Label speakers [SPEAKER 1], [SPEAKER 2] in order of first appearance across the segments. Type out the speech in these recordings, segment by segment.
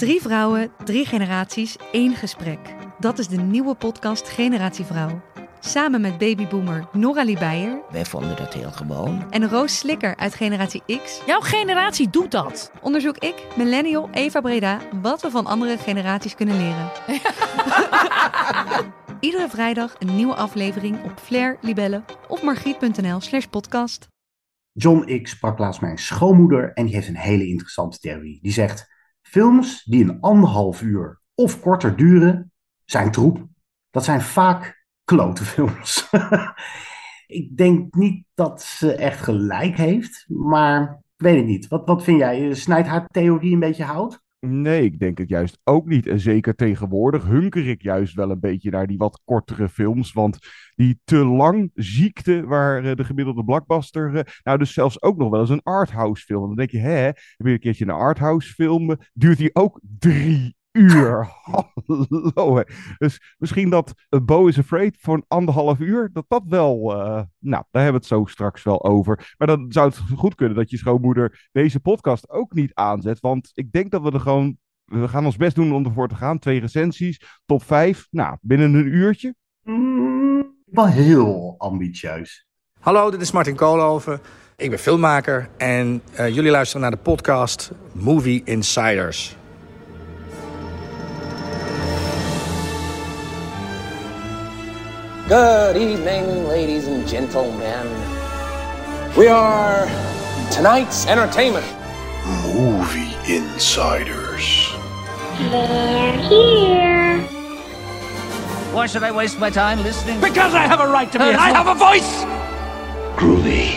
[SPEAKER 1] 3 vrouwen, 3 generaties, 1 gesprek. Dat is de nieuwe podcast Generatie Vrouw. Samen met babyboomer Noralie Beijer.
[SPEAKER 2] Wij vonden dat heel gewoon.
[SPEAKER 1] En Roos Slikker uit Generatie X.
[SPEAKER 3] Jouw generatie doet dat.
[SPEAKER 1] Onderzoek ik, millennial Eva Breda, wat we van andere generaties kunnen leren. Iedere vrijdag een nieuwe aflevering op Flair, Libelle of margriet.nl/podcast.
[SPEAKER 4] John X sprak laatst mijn schoonmoeder en die heeft een hele interessante theorie. Die zegt, films die een 1,5 uur of korter duren, zijn troep. Dat zijn vaak klote films. Ik denk niet dat ze echt gelijk heeft, maar ik weet het niet. Wat vind jij? Snijdt haar theorie een beetje hout?
[SPEAKER 5] Nee, ik denk het juist ook niet. En zeker tegenwoordig hunker ik juist wel een beetje naar die wat kortere films. Want die te lang ziekte waar de gemiddelde blockbuster... nou, dus zelfs ook nog wel eens een arthouse film. Dan denk je, heb je een keertje een arthouse film? Duurt die ook 3 uur? Hallo, hè. Dus misschien dat A Beau is Afraid voor een 1,5 uur, dat wel... nou, daar hebben we het zo straks wel over. Maar dan zou het goed kunnen dat je schoonmoeder deze podcast ook niet aanzet. Want ik denk dat we gaan ons best doen om ervoor te gaan. 2 recensies, top 5. Nou, binnen een uurtje.
[SPEAKER 4] Wel heel ambitieus.
[SPEAKER 6] Hallo, dit is Martin Koolhoven. Ik ben filmmaker en jullie luisteren naar de podcast Movie Insiders.
[SPEAKER 7] Good evening, ladies and gentlemen. We are tonight's entertainment.
[SPEAKER 8] Movie Insiders.
[SPEAKER 9] They're here.
[SPEAKER 3] Why should I waste my time listening?
[SPEAKER 6] Because I have a right to be. I have a voice.
[SPEAKER 8] Groovy.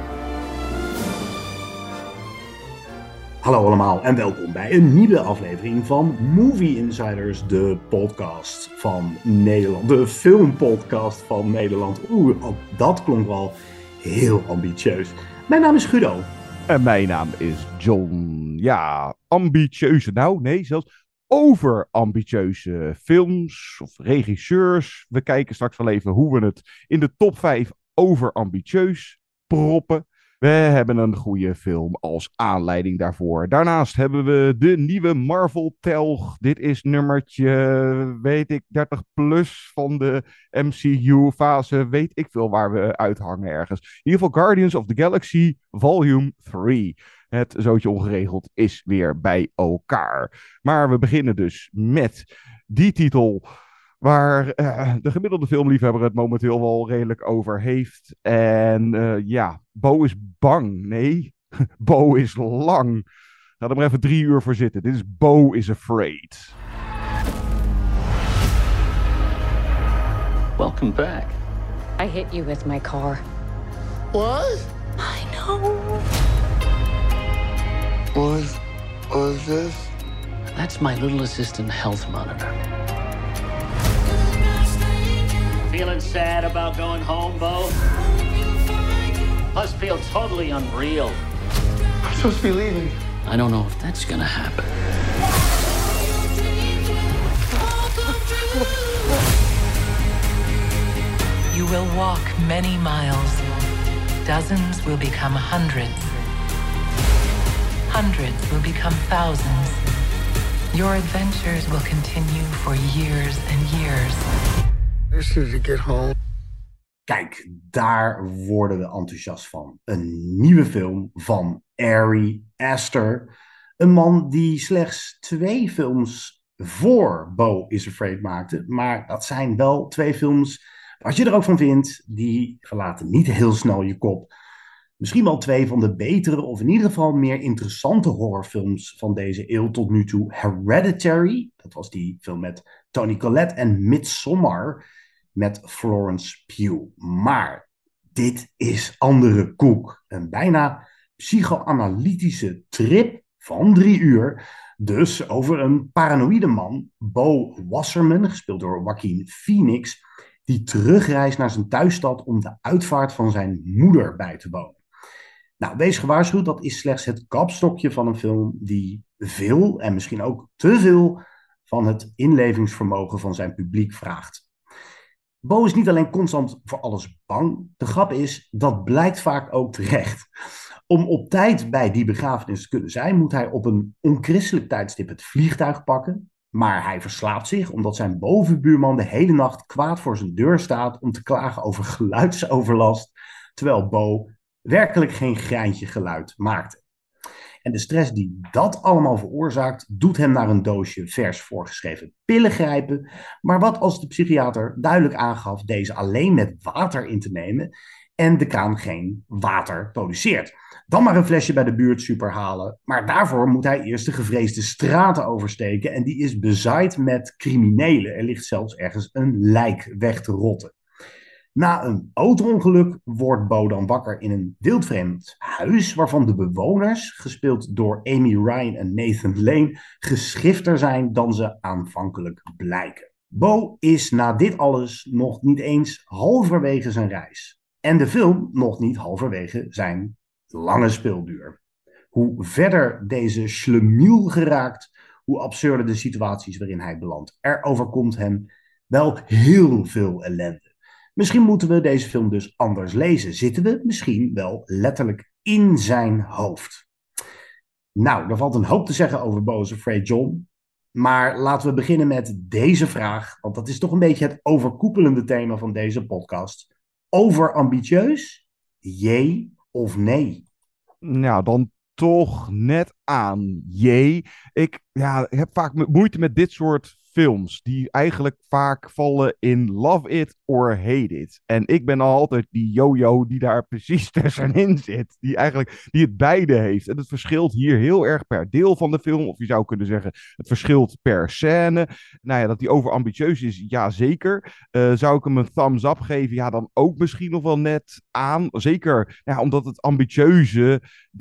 [SPEAKER 4] Hallo allemaal en welkom bij een nieuwe aflevering van Movie Insiders, de podcast van Nederland. De filmpodcast van Nederland. Dat klonk wel heel ambitieus. Mijn naam is Guido.
[SPEAKER 5] En mijn naam is John. Ja, ambitieuze. Nou, nee, zelfs overambitieuze films of regisseurs. We kijken straks wel even hoe we het in de top 5 overambitieus proppen. We hebben een goede film als aanleiding daarvoor. Daarnaast hebben we de nieuwe Marvel-telg. Dit is nummertje, weet ik, 30 plus van de MCU-fase. Weet ik veel waar we uithangen ergens. In ieder geval Guardians of the Galaxy Volume 3. Het zootje ongeregeld is weer bij elkaar. Maar we beginnen dus met die titel waar de gemiddelde filmliefhebber het momenteel wel redelijk over heeft. En Beau is bang. Nee, Beau is lang. Ga er maar even 3 uur voor zitten. Dit is Beau is Afraid.
[SPEAKER 7] Welcome back.
[SPEAKER 9] I hit you with my car.
[SPEAKER 8] What?
[SPEAKER 9] I know.
[SPEAKER 8] What was this?
[SPEAKER 7] That's my little assistant health monitor.
[SPEAKER 10] Feeling sad about going home, Beau? Must feel totally unreal.
[SPEAKER 8] I'm supposed to be leaving.
[SPEAKER 7] I don't know if that's gonna happen.
[SPEAKER 11] You will walk many miles. Dozens will become hundreds. Hundreds will become thousands. Your adventures will continue for years and years.
[SPEAKER 8] I just need to get home.
[SPEAKER 4] Kijk, daar worden we enthousiast van. Een nieuwe film van Ari Aster. Een man die slechts 2 films voor Beau is Afraid maakte. Maar dat zijn wel 2 films, als je er ook van vindt, die verlaten niet heel snel je kop. Misschien wel 2 van de betere of in ieder geval meer interessante horrorfilms van deze eeuw tot nu toe. Hereditary, dat was die film met Toni Collette, en Midsommar met Florence Pugh. Maar dit is andere koek. Een bijna psychoanalytische trip van 3 uur. Dus over een paranoïde man, Beau Wasserman, gespeeld door Joaquin Phoenix, die terugreist naar zijn thuisstad om de uitvaart van zijn moeder bij te wonen. Nou, wees gewaarschuwd, dat is slechts het kapstokje van een film die veel en misschien ook te veel van het inlevingsvermogen van zijn publiek vraagt. Beau is niet alleen constant voor alles bang. De grap is, dat blijkt vaak ook terecht. Om op tijd bij die begrafenis te kunnen zijn, moet hij op een onchristelijk tijdstip het vliegtuig pakken. Maar hij verslaapt zich omdat zijn bovenbuurman de hele nacht kwaad voor zijn deur staat om te klagen over geluidsoverlast, terwijl Bo werkelijk geen greintje geluid maakte. En de stress die dat allemaal veroorzaakt, doet hem naar een doosje vers voorgeschreven pillen grijpen. Maar wat als de psychiater duidelijk aangaf deze alleen met water in te nemen en de kraan geen water produceert? Dan maar een flesje bij de buurtsuper halen. Maar daarvoor moet hij eerst de gevreesde straten oversteken en die is bezaaid met criminelen. Er ligt zelfs ergens een lijk weg te rotten. Na een auto-ongeluk wordt Bo dan wakker in een wildvreemd huis, waarvan de bewoners, gespeeld door Amy Ryan en Nathan Lane, geschifter zijn dan ze aanvankelijk blijken. Bo is na dit alles nog niet eens halverwege zijn reis. En de film nog niet halverwege zijn lange speelduur. Hoe verder deze schlemiel geraakt, hoe absurder de situaties waarin hij belandt. Er overkomt hem wel heel veel ellende. Misschien moeten we deze film dus anders lezen. Zitten we misschien wel letterlijk in zijn hoofd? Nou, er valt een hoop te zeggen over Bo is Afraid John. Maar laten we beginnen met deze vraag. Want dat is toch een beetje het overkoepelende thema van deze podcast. Overambitieus? Jee of nee?
[SPEAKER 5] Nou, dan toch net aan jee. Ik heb vaak moeite met dit soort films die eigenlijk vaak vallen in love it or hate it. En ik ben altijd die yo-yo die daar precies tussenin zit. Die het beide heeft. En het verschilt hier heel erg per deel van de film. Of je zou kunnen zeggen, het verschilt per scène. Nou ja, dat die overambitieus is, ja zeker. Zou ik hem een thumbs up geven? Ja, dan ook misschien nog wel net aan. Zeker, omdat het ambitieuze,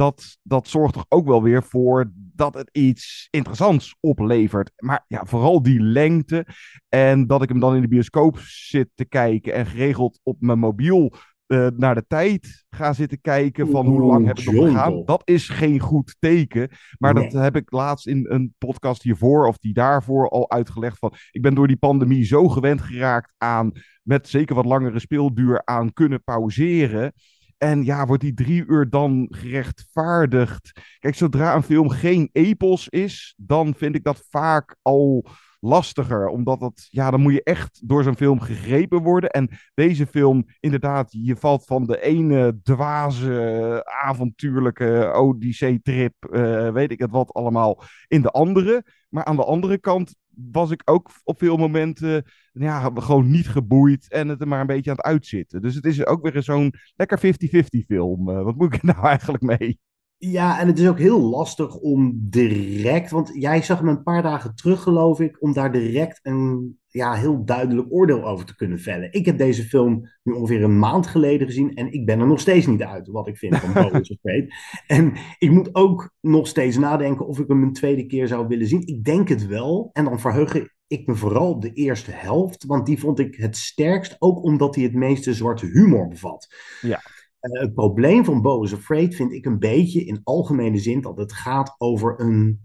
[SPEAKER 5] dat zorgt toch ook wel weer voor dat het iets interessants oplevert. Maar ja, vooral die lengte. En dat ik hem dan in de bioscoop zit te kijken en geregeld op mijn mobiel naar de tijd ga zitten kijken van hoe lang heb ik nog gegaan. Dat is geen goed teken. Maar dat heb ik laatst in een podcast hiervoor of die daarvoor al uitgelegd van. Ik ben door die pandemie zo gewend geraakt aan met zeker wat langere speelduur aan kunnen pauzeren. En ja, wordt die 3 uur dan gerechtvaardigd? Kijk, zodra een film geen epos is, dan vind ik dat vaak al lastiger. Omdat dan moet je echt door zo'n film gegrepen worden. En deze film, inderdaad, je valt van de ene dwaze, avontuurlijke Odyssee-trip, weet ik het wat allemaal, in de andere. Maar aan de andere kant was ik ook op veel momenten gewoon niet geboeid en het er maar een beetje aan het uitzitten. Dus het is ook weer zo'n lekker 50-50 film. Wat moet ik er nou eigenlijk mee?
[SPEAKER 4] Ja, en het is ook heel lastig om direct, want jij zag hem een paar dagen terug, geloof ik, om daar direct een heel duidelijk oordeel over te kunnen vellen. Ik heb deze film nu ongeveer een maand geleden gezien en ik ben er nog steeds niet uit wat ik vind van Bo is Afraid. En ik moet ook nog steeds nadenken of ik hem een tweede keer zou willen zien. Ik denk het wel. En dan verheug ik me vooral op de eerste helft, want die vond ik het sterkst, ook omdat hij het meeste zwarte humor bevat.
[SPEAKER 5] Ja.
[SPEAKER 4] Het probleem van Bo is Afraid vind ik een beetje in algemene zin dat het gaat over een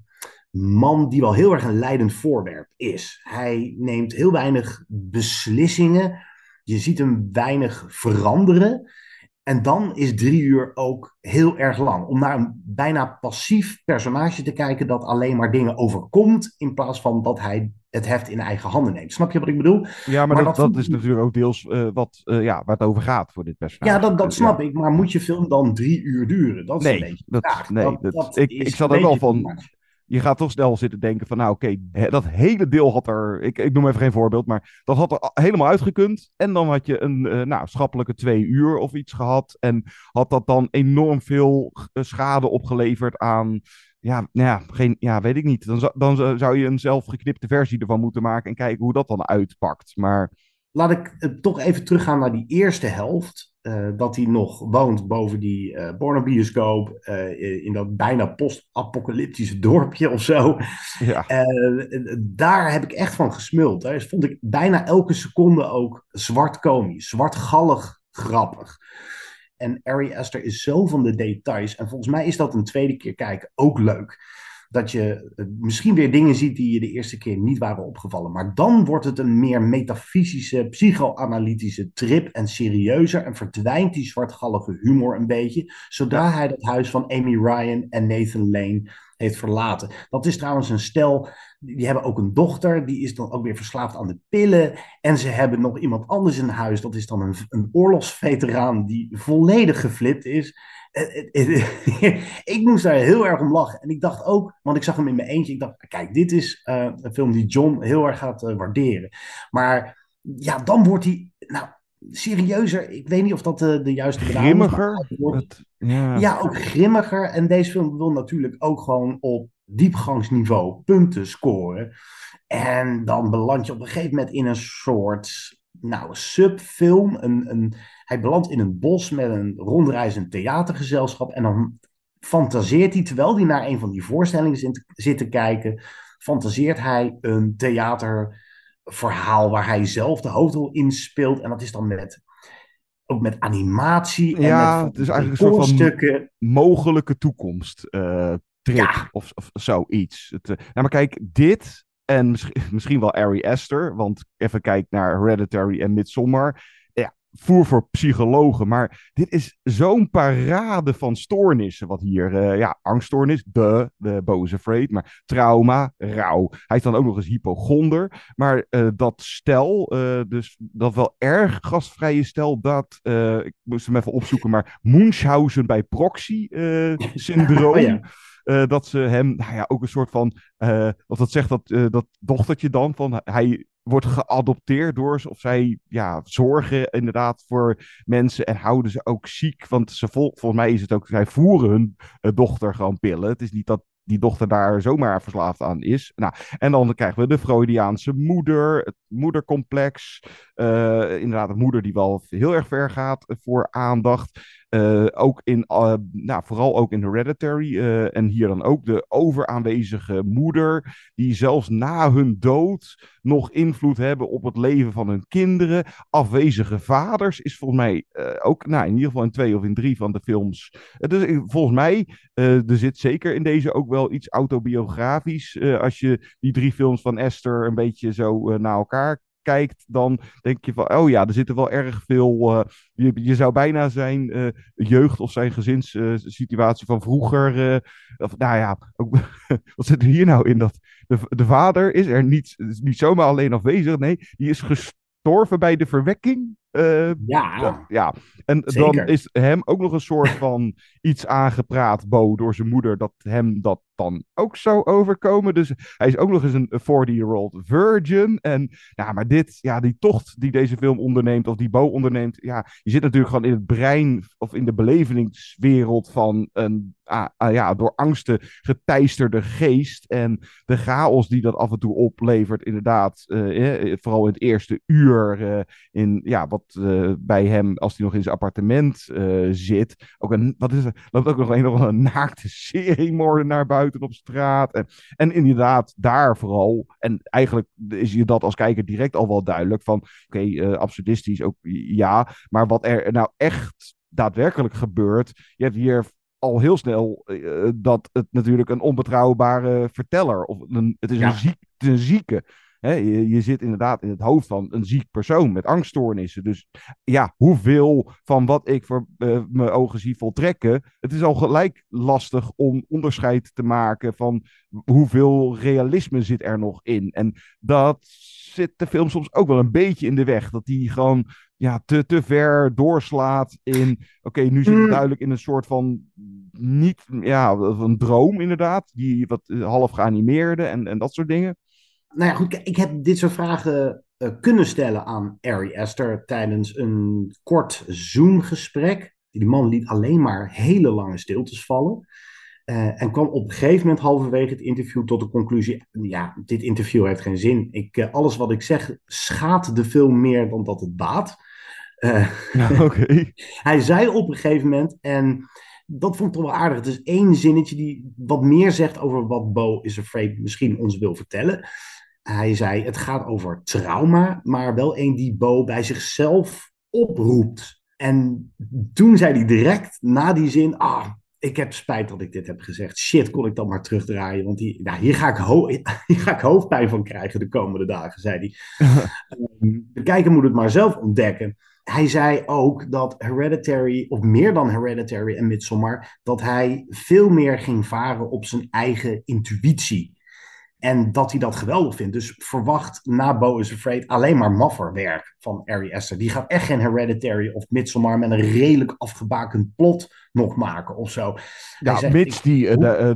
[SPEAKER 4] man die wel heel erg een leidend voorwerp is. Hij neemt heel weinig beslissingen. Je ziet hem weinig veranderen. En dan is 3 uur ook heel erg lang. Om naar een bijna passief personage te kijken dat alleen maar dingen overkomt, in plaats van dat hij het heft in eigen handen neemt. Snap je wat ik bedoel?
[SPEAKER 5] Ja, maar dat is natuurlijk ook deels waar het over gaat voor dit personage.
[SPEAKER 4] Ja, dat snap ik. Maar moet je film dan 3 uur duren? Dat is een beetje
[SPEAKER 5] ik zat ook wel van. Je gaat toch snel zitten denken van, oké, dat hele deel had er, ik noem even geen voorbeeld, maar dat had er helemaal uitgekund. En dan had je een schappelijke 2 uur of iets gehad. En had dat dan enorm veel schade opgeleverd aan, weet ik niet. Dan zou je een zelfgeknipte versie ervan moeten maken en kijken hoe dat dan uitpakt. Maar
[SPEAKER 4] laat ik toch even teruggaan naar die eerste helft. Dat hij nog woont boven die pornobioscoop. In dat bijna post-apocalyptische dorpje of zo.
[SPEAKER 5] Ja.
[SPEAKER 4] Daar heb ik echt van gesmuld. Hè. Dus vond ik bijna elke seconde ook zwart komisch. Zwartgallig grappig. En Ari Aster is zo van de details. En volgens mij is dat een tweede keer kijken ook leuk. dat je misschien weer dingen ziet die je de eerste keer niet waren opgevallen. Maar dan wordt het een meer metafysische, psychoanalytische trip en serieuzer. En verdwijnt die zwartgallige humor een beetje. Zodra hij het huis van Amy Ryan en Nathan Lane heeft verlaten. Dat is trouwens een stel, die hebben ook een dochter. Die is dan ook weer verslaafd aan de pillen. En ze hebben nog iemand anders in huis. Dat is dan een oorlogsveteraan die volledig geflipt is. Ik moest daar heel erg om lachen. En ik dacht ook, want ik zag hem in mijn eentje. Ik dacht, kijk, dit is een film die John heel erg gaat waarderen. Maar ja, dan wordt hij serieuzer. Ik weet niet of dat de juiste benaming is.
[SPEAKER 5] Grimmiger?
[SPEAKER 4] Ja, ook grimmiger. En deze film wil natuurlijk ook gewoon op diepgangsniveau punten scoren. En dan beland je op een gegeven moment in een soort subfilm. Hij belandt in een bos met een rondreizend theatergezelschap. En dan fantaseert hij, terwijl hij naar een van die voorstellingen zit te kijken, fantaseert hij een theaterverhaal waar hij zelf de hoofdrol in speelt. En dat is dan ook met animatie. En
[SPEAKER 5] het is eigenlijk een soort van mogelijke toekomst trip of zoiets. Maar kijk, dit en misschien wel Ari Aster, want even kijk naar Hereditary en Midsommar. Ja, voer voor psychologen, maar dit is zo'n parade van stoornissen, wat hier, angststoornis, de boze afraid, maar trauma, rouw. Hij is dan ook nog eens hypochonder, maar dat stel, dus dat wel erg gastvrije stel, dat, ik moest hem even opzoeken, maar Munchausen bij proxy syndroom. Dat ze hem, ook een soort van, of dat zegt dat dochtertje dan, van hij wordt geadopteerd door ze, of zij zorgen inderdaad voor mensen en houden ze ook ziek, want volgens mij is het ook, zij voeren hun dochter gewoon pillen. Het is niet dat die dochter daar zomaar verslaafd aan is. En dan krijgen we de Freudiaanse moeder, het moedercomplex, inderdaad een moeder die wel heel erg ver gaat voor aandacht. Ook vooral ook in Hereditary en hier dan ook de overaanwezige moeder, die zelfs na hun dood nog invloed hebben op het leven van hun kinderen. Afwezige vaders is volgens mij ook, in ieder geval in 2 of in 3 van de films. Dus volgens mij, er zit zeker in deze ook wel iets autobiografisch. Als je die 3 films van Esther een beetje zo naar elkaar kijkt, dan denk je van, er zitten wel erg veel, je zou bijna zijn jeugd of zijn gezinssituatie van vroeger, ook, wat zit er hier nou in? Dat de vader is er niet zomaar alleen afwezig, nee, die is gestorven bij de verwekking. En
[SPEAKER 4] zeker.
[SPEAKER 5] Dan is hem ook nog een soort van iets aangepraat, door zijn moeder, dat hem dat dan ook zou overkomen. Dus hij is ook nog eens een 40-year-old virgin. En maar die tocht die deze film onderneemt, of die Bo onderneemt, je zit natuurlijk gewoon in het brein of in de belevingswereld van een door angsten geteisterde geest. En de chaos die dat af en toe oplevert, inderdaad, vooral in het eerste uur, wat bij hem, als hij nog in zijn appartement zit, loopt ook nog een naakte seriemoordenaar buiten op straat. En inderdaad, daar vooral, en eigenlijk is je dat als kijker direct al wel duidelijk van, absurdistisch ook, maar wat er nou echt daadwerkelijk gebeurt, je hebt hier al heel snel dat het natuurlijk een onbetrouwbare verteller, of het is een zieke. Je zit inderdaad in het hoofd van een ziek persoon met angststoornissen. Dus hoeveel van wat ik voor mijn ogen zie voltrekken, het is al gelijk lastig om onderscheid te maken van hoeveel realisme zit er nog in. En dat zit de film soms ook wel een beetje in de weg. Dat die gewoon te ver doorslaat in, nu zit het duidelijk in een soort van een droom inderdaad, die wat half geanimeerde en dat soort dingen.
[SPEAKER 4] Nou ja, goed, ik heb dit soort vragen kunnen stellen aan Ari Aster tijdens een kort Zoom-gesprek. Die man liet alleen maar hele lange stiltes vallen. En kwam op een gegeven moment halverwege het interview tot de conclusie, dit interview heeft geen zin. Alles wat ik zeg schaadt de film meer dan dat het baat. Hij zei op een gegeven moment, en dat vond ik toch wel aardig. Het is 1 zinnetje die wat meer zegt over wat Beau is Afraid misschien ons wil vertellen. Hij zei, het gaat over trauma, maar wel een die Beau bij zichzelf oproept. En toen zei hij direct na die zin, Ik heb spijt dat ik dit heb gezegd. Shit, kon ik dan maar terugdraaien. Want hier ga ik hoofdpijn van krijgen de komende dagen, zei hij. De kijker moet het maar zelf ontdekken. Hij zei ook dat Hereditary, of meer dan Hereditary en Midsommar, dat hij veel meer ging varen op zijn eigen intuïtie. En dat hij dat geweldig vindt. Dus verwacht na Beau is Afraid alleen maar maffer werk van Ari Aster. Die gaat echt geen Hereditary of Midsommar met een redelijk afgebakend plot nog maken of zo.
[SPEAKER 5] Ja,
[SPEAKER 4] zegt,
[SPEAKER 5] mits die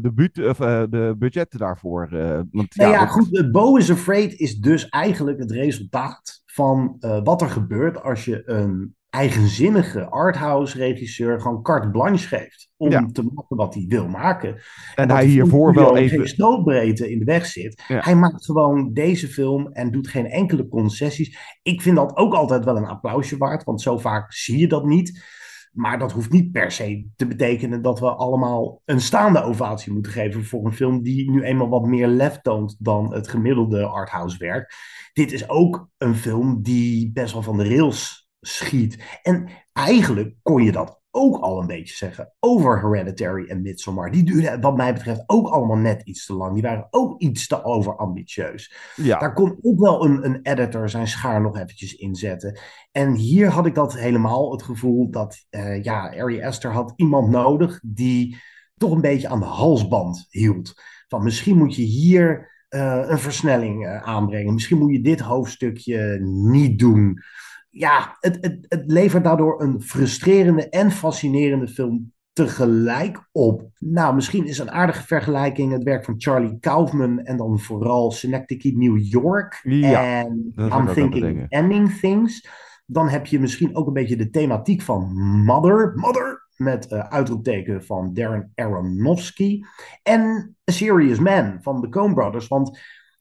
[SPEAKER 5] de budgetten daarvoor. Want,
[SPEAKER 4] goed, Beau is Afraid is dus eigenlijk het resultaat van wat er gebeurt als je een eigenzinnige arthouse regisseur gewoon carte blanche geeft om te maken wat hij wil maken.
[SPEAKER 5] En hij hiervoor wel even
[SPEAKER 4] geen strootbreedte in de weg zit. Ja. Hij maakt gewoon deze film en doet geen enkele concessies. Ik vind dat ook altijd wel een applausje waard, want zo vaak zie je dat niet. Maar dat hoeft niet per se te betekenen dat we allemaal een staande ovatie moeten geven voor een film die nu eenmaal wat meer lef toont dan het gemiddelde arthouse werk. Dit is ook een film die best wel van de rails schiet. En eigenlijk kon je dat ook al een beetje zeggen over Hereditary en Midsommar. Die duurden wat mij betreft ook allemaal net iets te lang. Die waren ook iets te overambitieus. Ja. Daar kon ook wel een editor zijn schaar nog eventjes inzetten. En hier had ik dat helemaal het gevoel dat Ari Aster had iemand nodig die toch een beetje aan de halsband hield. Van misschien moet je hier een versnelling aanbrengen. Misschien moet je dit hoofdstukje niet doen. Ja, het levert daardoor een frustrerende en fascinerende film tegelijk op. Nou, misschien is een aardige vergelijking het werk van Charlie Kaufman en dan vooral Synecdoche, New York. En I'm Thinking Ending Things. Dan heb je misschien ook een beetje de thematiek van Mother, met uitroepteken van Darren Aronofsky. En A Serious Man van de Coen Brothers. Want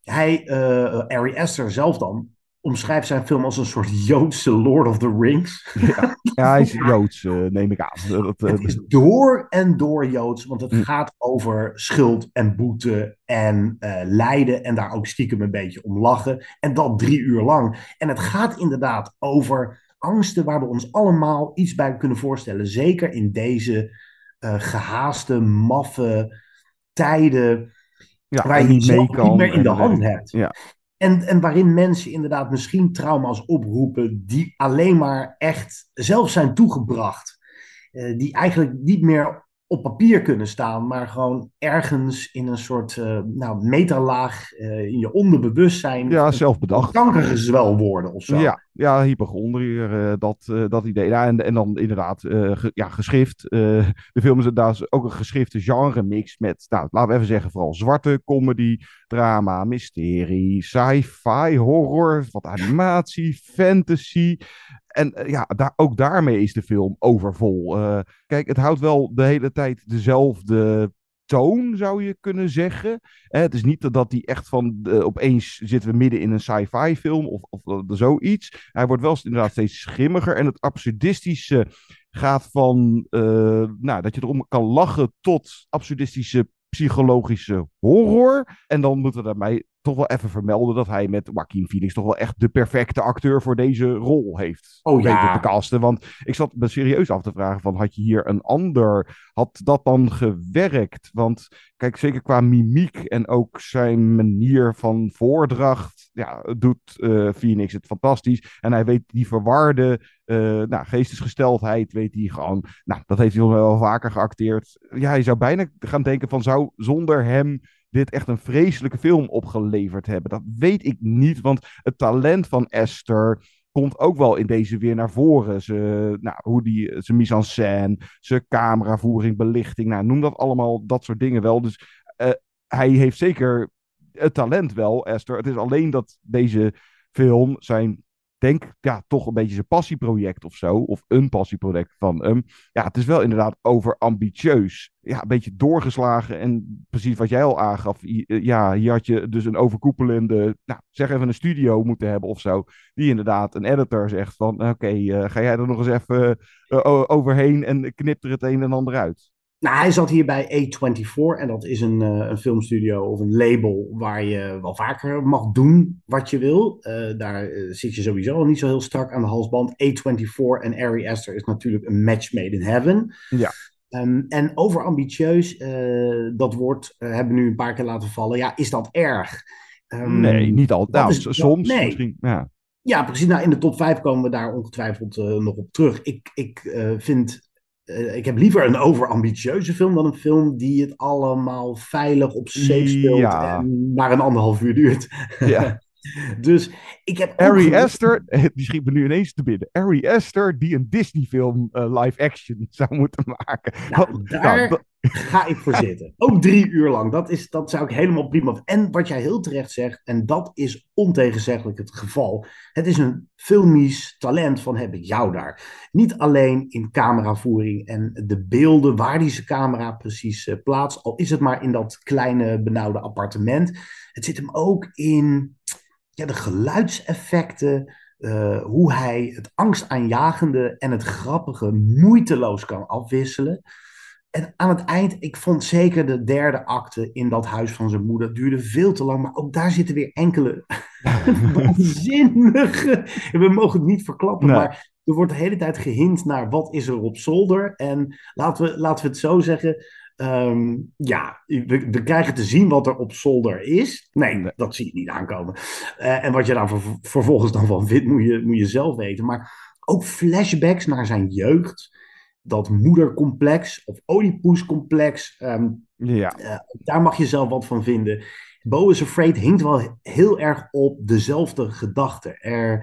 [SPEAKER 4] Ari Aster zelf dan, omschrijft zijn film als een soort Joodse Lord of the Rings.
[SPEAKER 5] Ja, hij is Joods, neem ik aan.
[SPEAKER 4] Het is door en door Joods, want het gaat over schuld en boete en lijden en daar ook stiekem een beetje om lachen. En dat 3 uur lang. En het gaat inderdaad over angsten waar we ons allemaal iets bij kunnen voorstellen. Zeker in deze gehaaste, maffe tijden waar je niet meer in de hand hebt. Ja. En waarin mensen inderdaad misschien trauma's oproepen die alleen maar echt zelf zijn toegebracht. Die eigenlijk niet meer op papier kunnen staan, maar gewoon ergens in een soort metalaag in je onderbewustzijn.
[SPEAKER 5] Ja, zelfbedacht.
[SPEAKER 4] Kankergezwel worden of zo.
[SPEAKER 5] Ja, hypochondriër, dat idee. Ja, en dan inderdaad, geschrift. De film is inderdaad ook een geschrifte genre mix met, laten we even zeggen, vooral zwarte comedy, drama, mysterie, sci-fi, horror, wat animatie, fantasy. En ook daarmee is de film overvol. Kijk, het houdt wel de hele tijd dezelfde toon, zou je kunnen zeggen. Het is niet dat hij echt opeens zitten we midden in een sci-fi film of zoiets. Hij wordt wel inderdaad steeds schimmiger. En het absurdistische gaat van dat je erom kan lachen tot absurdistische psychologische horror. En dan moeten we daarbij toch wel even vermelden dat hij met Joaquin Phoenix toch wel echt de perfecte acteur voor deze rol heeft weten te casten. Want ik zat me serieus af te vragen van, had je hier een ander, had dat dan gewerkt? Want kijk, zeker qua mimiek en ook zijn manier van voordracht, doet Phoenix het fantastisch. En hij weet die verwarde geestesgesteldheid, weet hij gewoon, dat heeft hij wel vaker geacteerd. Ja, je zou bijna gaan denken van, zou zonder hem dit echt een vreselijke film opgeleverd hebben? Dat weet ik niet, want het talent van Aster komt ook wel in deze weer naar voren. Zijn mise en scène, zijn cameravoering, belichting, noem dat allemaal, dat soort dingen wel. Dus hij heeft zeker het talent wel, Aster. Het is alleen dat deze film toch een beetje zijn passieproject of zo. Of een passieproject van hem. Ja, het is wel inderdaad overambitieus. Ja, een beetje doorgeslagen. En precies wat jij al aangaf. Hier had je dus een overkoepelende, zeg even een studio moeten hebben of zo. Die inderdaad een editor zegt van, ga jij er nog eens even overheen en knip er het een en ander uit.
[SPEAKER 4] Hij zat hier bij A24 en dat is een filmstudio of een label waar je wel vaker mag doen wat je wil. Daar zit je sowieso al niet zo heel strak aan de halsband. A24 en Ari Aster is natuurlijk een match made in heaven.
[SPEAKER 5] Ja.
[SPEAKER 4] En overambitieus, dat woord hebben we nu een paar keer laten vallen. Ja, is dat erg?
[SPEAKER 5] Nee, niet altijd. Nou, soms
[SPEAKER 4] nee.
[SPEAKER 5] misschien. Ja.
[SPEAKER 4] Ja, precies. Nou, in de top 5 komen we daar ongetwijfeld nog op terug. Ik heb liever een overambitieuze film dan een film die het allemaal veilig op safe speelt en maar een 1,5 uur duurt.
[SPEAKER 5] Ja.
[SPEAKER 4] Dus ik heb
[SPEAKER 5] Ari Aster, die schiet me nu ineens te binnen. Ari Aster die een Disney-film live action zou moeten maken.
[SPEAKER 4] Daar ga ik voor zitten. Ook 3 uur lang. Dat zou ik helemaal prima. En wat jij heel terecht zegt, en dat is ontegenzeggelijk het geval. Het is een filmisch talent van heb ik jou daar. Niet alleen in cameravoering en de beelden waar die zijn camera precies plaatst. Al is het maar in dat kleine benauwde appartement. Het zit hem ook in de geluidseffecten, hoe hij het angstaanjagende en het grappige moeiteloos kan afwisselen. En aan het eind, ik vond zeker de derde acte in dat huis van zijn moeder, duurde veel te lang, maar ook daar zitten weer enkele waanzinnige, we mogen het niet verklappen, maar er wordt de hele tijd gehint naar wat is er op zolder. En laten we het zo zeggen, we krijgen te zien wat er op zolder is. Nee, dat zie je niet aankomen. En wat je daar vervolgens dan van vindt, moet je zelf weten. Maar ook flashbacks naar zijn jeugd. Dat moedercomplex of Oedipuscomplex. Daar mag je zelf wat van vinden. Beau is Afraid hinkt wel heel erg op dezelfde gedachte.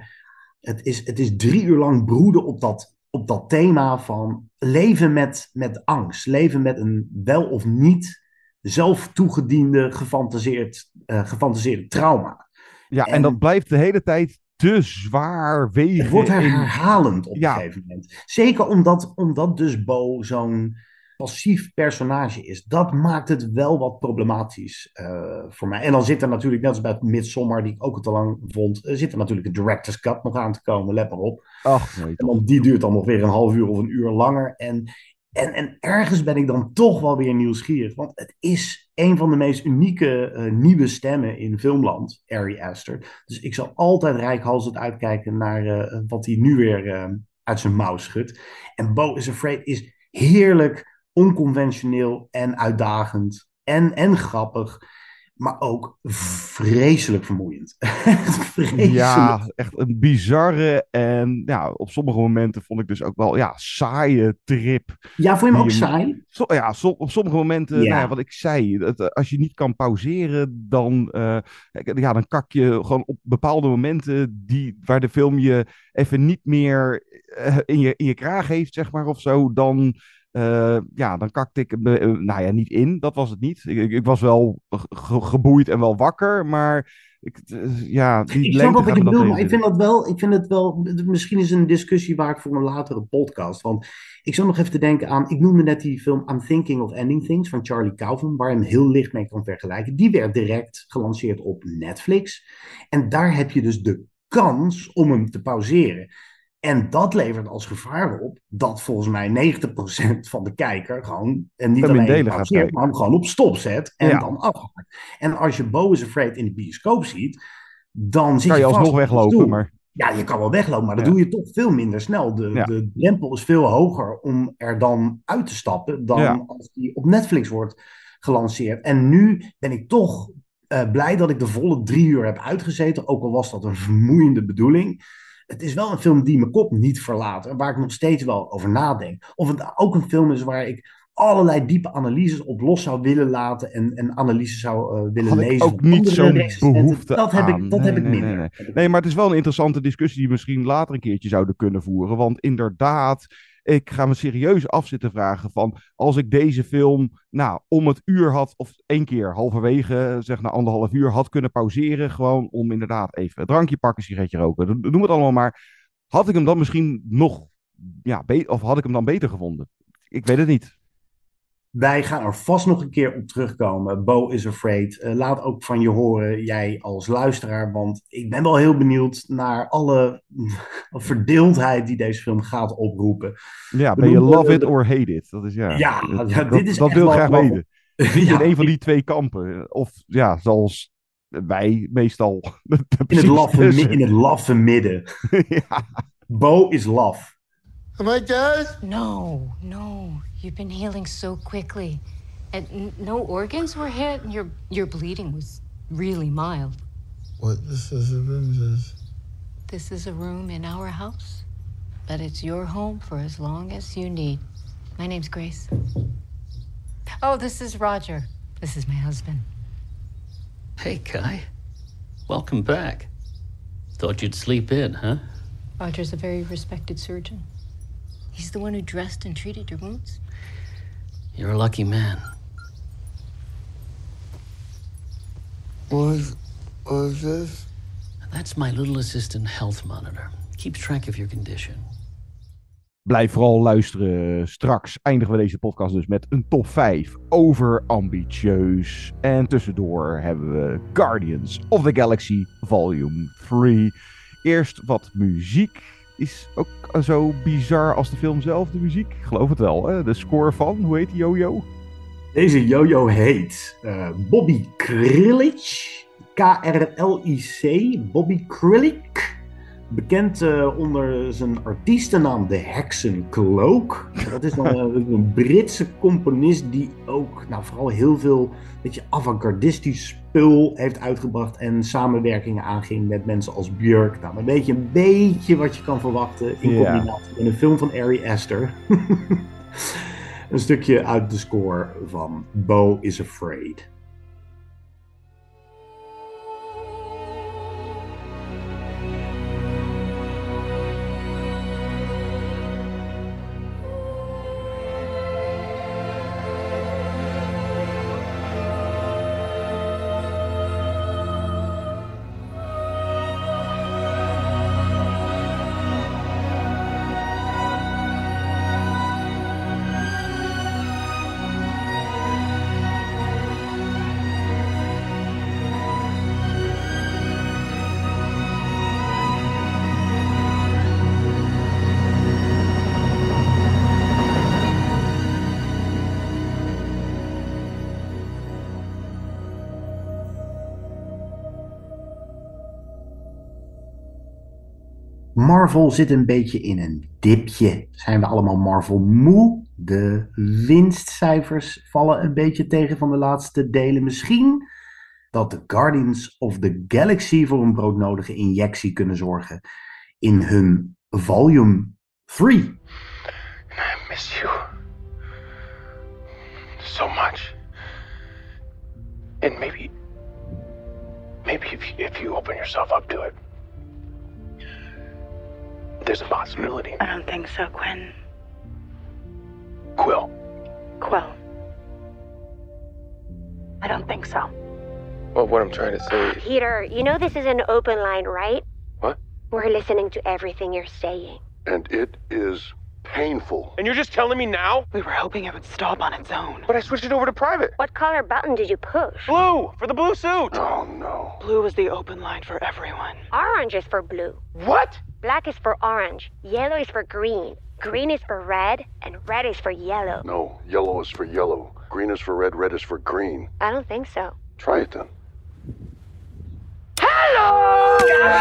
[SPEAKER 4] Het is 3 uur lang broeden op dat thema van leven met angst. Leven met een wel of niet zelf toegediende gefantaseerde trauma.
[SPEAKER 5] Ja, en dat blijft de hele tijd te zwaar wegen.
[SPEAKER 4] Het wordt herhalend op een gegeven moment. Zeker omdat dus Beau zo'n passief personage is. Dat maakt het wel wat problematisch voor mij. En dan zit er natuurlijk, net als bij Midsommar, die ik ook te lang vond, zit er natuurlijk een director's cut nog aan te komen. Let maar op. Want die duurt dan nog weer 1,5 uur of 1 uur langer. En ergens ben ik dan toch wel weer nieuwsgierig. Want het is een van de meest unieke nieuwe stemmen in filmland, Ari Aster. Dus ik zal altijd reikhalzend uitkijken naar wat hij nu weer uit zijn mouw schudt. En Beau is Afraid is heerlijk onconventioneel en uitdagend en grappig, maar ook vreselijk vermoeiend. Vreselijk.
[SPEAKER 5] Ja, echt een bizarre en op sommige momenten vond ik dus ook wel saaie trip.
[SPEAKER 4] Ja, vond je hem ook saai?
[SPEAKER 5] Op sommige momenten, wat ik zei, als je niet kan pauzeren, dan kak je gewoon op bepaalde momenten waar de film je even niet meer in je kraag heeft, zeg maar, of zo, dan kakte ik niet in, dat was het niet. Ik was wel geboeid en wel wakker, maar
[SPEAKER 4] ik snap wat ik bedoel, maar ik vind het wel, misschien is het een discussie waard voor een latere podcast, want ik zou nog even te denken aan, ik noemde net die film I'm Thinking of Ending Things van Charlie Kaufman, waar je hem heel licht mee kan vergelijken. Die werd direct gelanceerd op Netflix en daar heb je dus de kans om hem te pauzeren. En dat levert als gevaar op dat volgens mij 90% van de kijker gewoon, en niet alleen pauzeert, maar hem gewoon op stop zet en dan afhaakt. En als je Beau is Afraid in de bioscoop ziet, dan zit
[SPEAKER 5] kan je
[SPEAKER 4] vast
[SPEAKER 5] alsnog weglopen. Maar...
[SPEAKER 4] Ja, je kan wel weglopen, maar dat doe je toch veel minder snel. De drempel is veel hoger om er dan uit te stappen dan als die op Netflix wordt gelanceerd. En nu ben ik toch blij dat ik de volle 3 uur heb uitgezeten, ook al was dat een vermoeiende bedoeling. Het is wel een film die mijn kop niet verlaat en waar ik nog steeds wel over nadenk. Of het ook een film is waar ik allerlei diepe analyses op los zou willen laten en analyses zou willen lezen.
[SPEAKER 5] Ik ook niet zo'n behoefte
[SPEAKER 4] dat heb ik minder.
[SPEAKER 5] Nee, maar het is wel een interessante discussie die we misschien later een keertje zouden kunnen voeren. Want inderdaad, ik ga me serieus af zitten vragen van, als ik deze film om het uur had, of 1 keer halverwege, zeg na 1,5 uur, had kunnen pauzeren, gewoon om inderdaad even een drankje pakken, sigaretje roken, noem het allemaal maar. Had ik hem dan misschien nog, of had ik hem dan beter gevonden? Ik weet het niet.
[SPEAKER 4] Wij gaan er vast nog een keer op terugkomen. Beau is Afraid. Laat ook van je horen, jij als luisteraar. Want ik ben wel heel benieuwd naar alle verdeeldheid die deze film gaat oproepen.
[SPEAKER 5] Ja, ben je love it or hate it? Dat is
[SPEAKER 4] dit is
[SPEAKER 5] dat wil ik graag weten. In een van die 2 kampen. Of zoals wij meestal.
[SPEAKER 4] In het laffe midden. Beau is love.
[SPEAKER 8] Am I dead?
[SPEAKER 11] No.
[SPEAKER 9] You've been healing so quickly. And no organs were hit, and your bleeding was really mild.
[SPEAKER 8] What this is?
[SPEAKER 9] This is a room in our house, but it's your home for as long as you need. My name's Grace. Oh, this is Roger. This is my husband.
[SPEAKER 7] Hey, Kai. Welcome back. Thought you'd sleep in, huh?
[SPEAKER 9] Roger's a very respected surgeon. He's the one who dressed and treated your wounds.
[SPEAKER 7] You're a lucky man.
[SPEAKER 8] What was this?
[SPEAKER 7] That's my little assistant health monitor. Keeps track of your condition.
[SPEAKER 5] Blijf vooral luisteren. Straks eindigen we deze podcast dus met een top 5 over ambitieus. En tussendoor hebben we Guardians of the Galaxy Volume 3. Eerst wat muziek. Is ook zo bizar als de film zelf, de muziek? Ik geloof het wel, hè? De score van, hoe heet die Jojo?
[SPEAKER 4] Deze Jojo heet Bobby Krilic. K-R-L-I-C. Bobby Krilic. Bekend onder zijn artiestennaam The Hexencloak. Dat is dan een Britse componist die ook vooral heel veel avant-gardistisch spul heeft uitgebracht en samenwerkingen aanging met mensen als Björk. Nou, een beetje wat je kan verwachten in combinatie met een film van Ari Aster. Een stukje uit de score van Beau is Afraid. Marvel zit een beetje in een dipje. Zijn we allemaal Marvel moe? De winstcijfers vallen een beetje tegen van de laatste delen. Misschien dat de Guardians of the Galaxy voor een broodnodige injectie kunnen zorgen in hun Volume 3.
[SPEAKER 12] I miss you so much. And maybe if you open yourself up to it, there's a possibility.
[SPEAKER 13] I don't think so, Quinn.
[SPEAKER 12] Quill.
[SPEAKER 13] I don't think so.
[SPEAKER 12] Well, what I'm trying to say is...
[SPEAKER 14] Peter, you know this is an open line, right?
[SPEAKER 12] What?
[SPEAKER 14] We're listening to everything you're saying.
[SPEAKER 15] And it is painful.
[SPEAKER 12] And you're just telling me now?
[SPEAKER 13] We were hoping it would stop on its own.
[SPEAKER 12] But I switched it over to private.
[SPEAKER 14] What color button did you push?
[SPEAKER 12] Blue! For the blue suit!
[SPEAKER 15] Oh, no.
[SPEAKER 13] Blue is the open line for everyone.
[SPEAKER 14] Orange is for blue.
[SPEAKER 12] What?
[SPEAKER 14] Black is for orange. Yellow is for green. Green is for red. And red is for yellow.
[SPEAKER 15] No, yellow is for yellow. Green is for red, red is for green.
[SPEAKER 14] I don't think so.
[SPEAKER 15] Try it then.
[SPEAKER 14] Hello!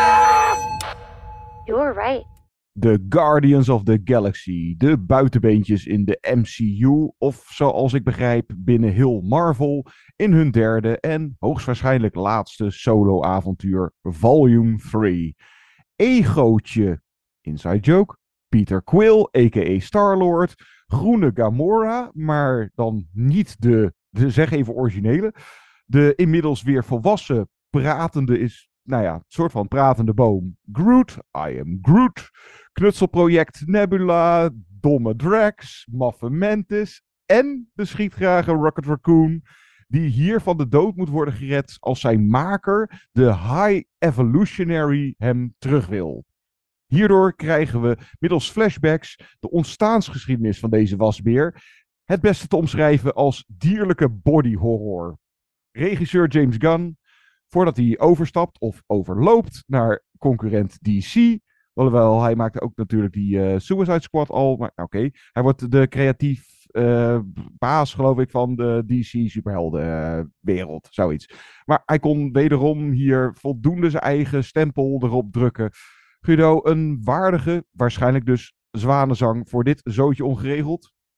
[SPEAKER 14] You're right.
[SPEAKER 5] The Guardians of the Galaxy. De buitenbeentjes in de MCU. Of zoals ik begrijp binnen heel Marvel. In hun derde en hoogstwaarschijnlijk laatste solo-avontuur Volume 3. Egootje, inside joke, Peter Quill, a.k.a. Star-Lord, groene Gamora, maar dan niet de zeg even originele. De inmiddels weer volwassen pratende is, soort van pratende boom. Groot, I am Groot. Knutselproject Nebula, domme Drax, maffe Mantis en de schietgrage Rocket Raccoon, die hier van de dood moet worden gered als zijn maker, de High Evolutionary, hem terug wil. Hierdoor krijgen we middels flashbacks de ontstaansgeschiedenis van deze wasbeer, het beste te omschrijven als dierlijke body horror. Regisseur James Gunn, voordat hij overstapt of overloopt naar concurrent DC, alhoewel hij maakte ook natuurlijk die Suicide Squad al, maar oké. Hij wordt de creatief baas, geloof ik, van de DC superheldenwereld, zoiets. Maar hij kon wederom hier voldoende zijn eigen stempel erop drukken. Guido, een waardige, waarschijnlijk dus zwanenzang voor dit zootje ongeregeld?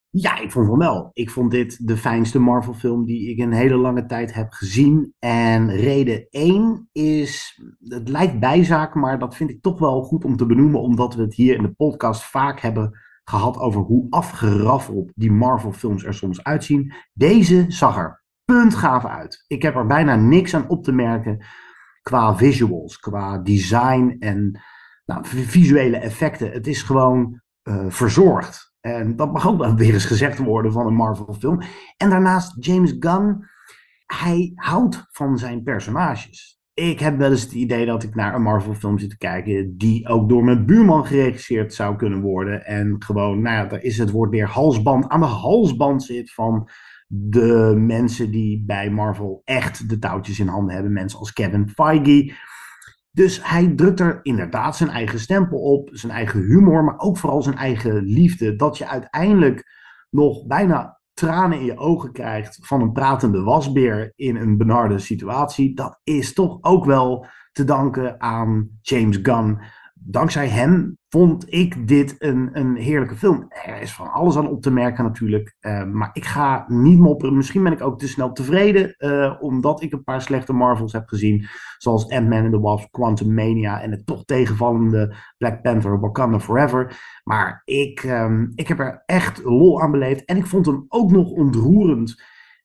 [SPEAKER 4] Ja, ik vond van wel. Ik vond dit de fijnste Marvel-film die ik een hele lange tijd heb gezien. En reden 1 is, het lijkt bijzaak, maar dat vind ik toch wel goed om te benoemen, omdat we het hier in de podcast vaak hebben gehad over hoe afgeraffeld die Marvel-films er soms uitzien. Deze zag er puntgaaf uit. Ik heb er bijna niks aan op te merken qua visuals, qua design en visuele effecten. Het is gewoon verzorgd. En dat mag ook wel weer eens gezegd worden van een Marvel-film. En daarnaast James Gunn, hij houdt van zijn personages. Ik heb wel eens het idee dat ik naar een Marvel-film zit te kijken die ook door mijn buurman geregisseerd zou kunnen worden. En gewoon, daar is het woord weer halsband aan de halsband zit van de mensen die bij Marvel echt de touwtjes in handen hebben. Mensen als Kevin Feige. Dus hij drukt er inderdaad zijn eigen stempel op, zijn eigen humor, maar ook vooral zijn eigen liefde. Dat je uiteindelijk nog bijna tranen in je ogen krijgt van een pratende wasbeer in een benarde situatie. Dat is toch ook wel te danken aan James Gunn. Dankzij hem vond ik dit een heerlijke film. Er is van alles aan op te merken natuurlijk. Maar ik ga niet mopperen. Misschien ben ik ook te snel tevreden. Omdat ik een paar slechte Marvels heb gezien. Zoals Ant-Man and the Wasp, Quantumania. En het toch tegenvallende Black Panther, Wakanda Forever. Maar ik heb er echt lol aan beleefd. En ik vond hem ook nog ontroerend.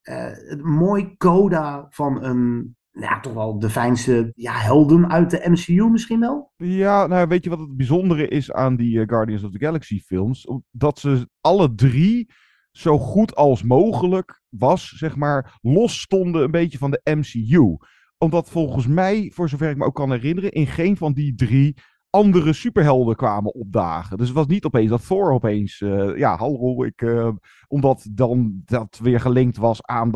[SPEAKER 4] Mooi coda van een... toch wel de fijnste helden uit de MCU misschien wel?
[SPEAKER 5] Ja, weet je wat het bijzondere is aan die Guardians of the Galaxy films? Dat ze alle 3 zo goed als mogelijk zeg maar, los stonden een beetje van de MCU. Omdat volgens mij, voor zover ik me ook kan herinneren, in geen van die 3 andere superhelden kwamen opdagen. Dus het was niet opeens dat Thor opeens... hallo, omdat dan dat weer gelinkt was aan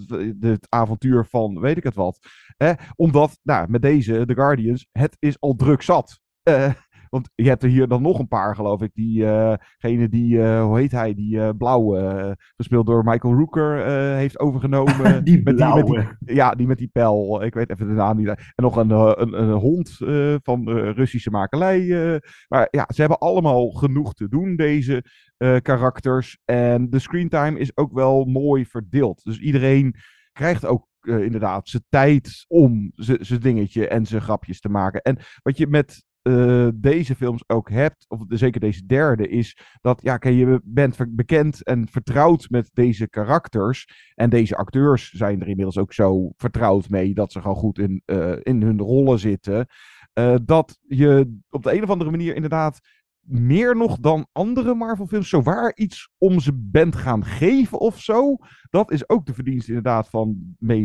[SPEAKER 5] het avontuur van weet ik het wat. Omdat, met deze, The Guardians, het is al druk zat. Want je hebt er hier dan nog een paar, geloof ik. Diegene die, hoe heet hij, die blauwe, gespeeld door Michael Rooker, heeft overgenomen.
[SPEAKER 4] Die blauwe.
[SPEAKER 5] Die met die pijl. Ik weet even de naam niet. En nog een hond van Russische makelij. Maar ja, ze hebben allemaal genoeg te doen, deze karakters. En de screentime is ook wel mooi verdeeld. Dus iedereen krijgt ook inderdaad zijn tijd om zijn dingetje en zijn grapjes te maken. En wat je met deze films ook hebt, of zeker deze derde, is dat je bent bekend en vertrouwd met deze karakters. En deze acteurs zijn er inmiddels ook zo vertrouwd mee dat ze gewoon goed in hun rollen zitten. Dat je op de een of andere manier inderdaad meer nog dan andere Marvel-films zowaar iets om ze bent gaan geven of zo. Dat is ook de verdienste inderdaad van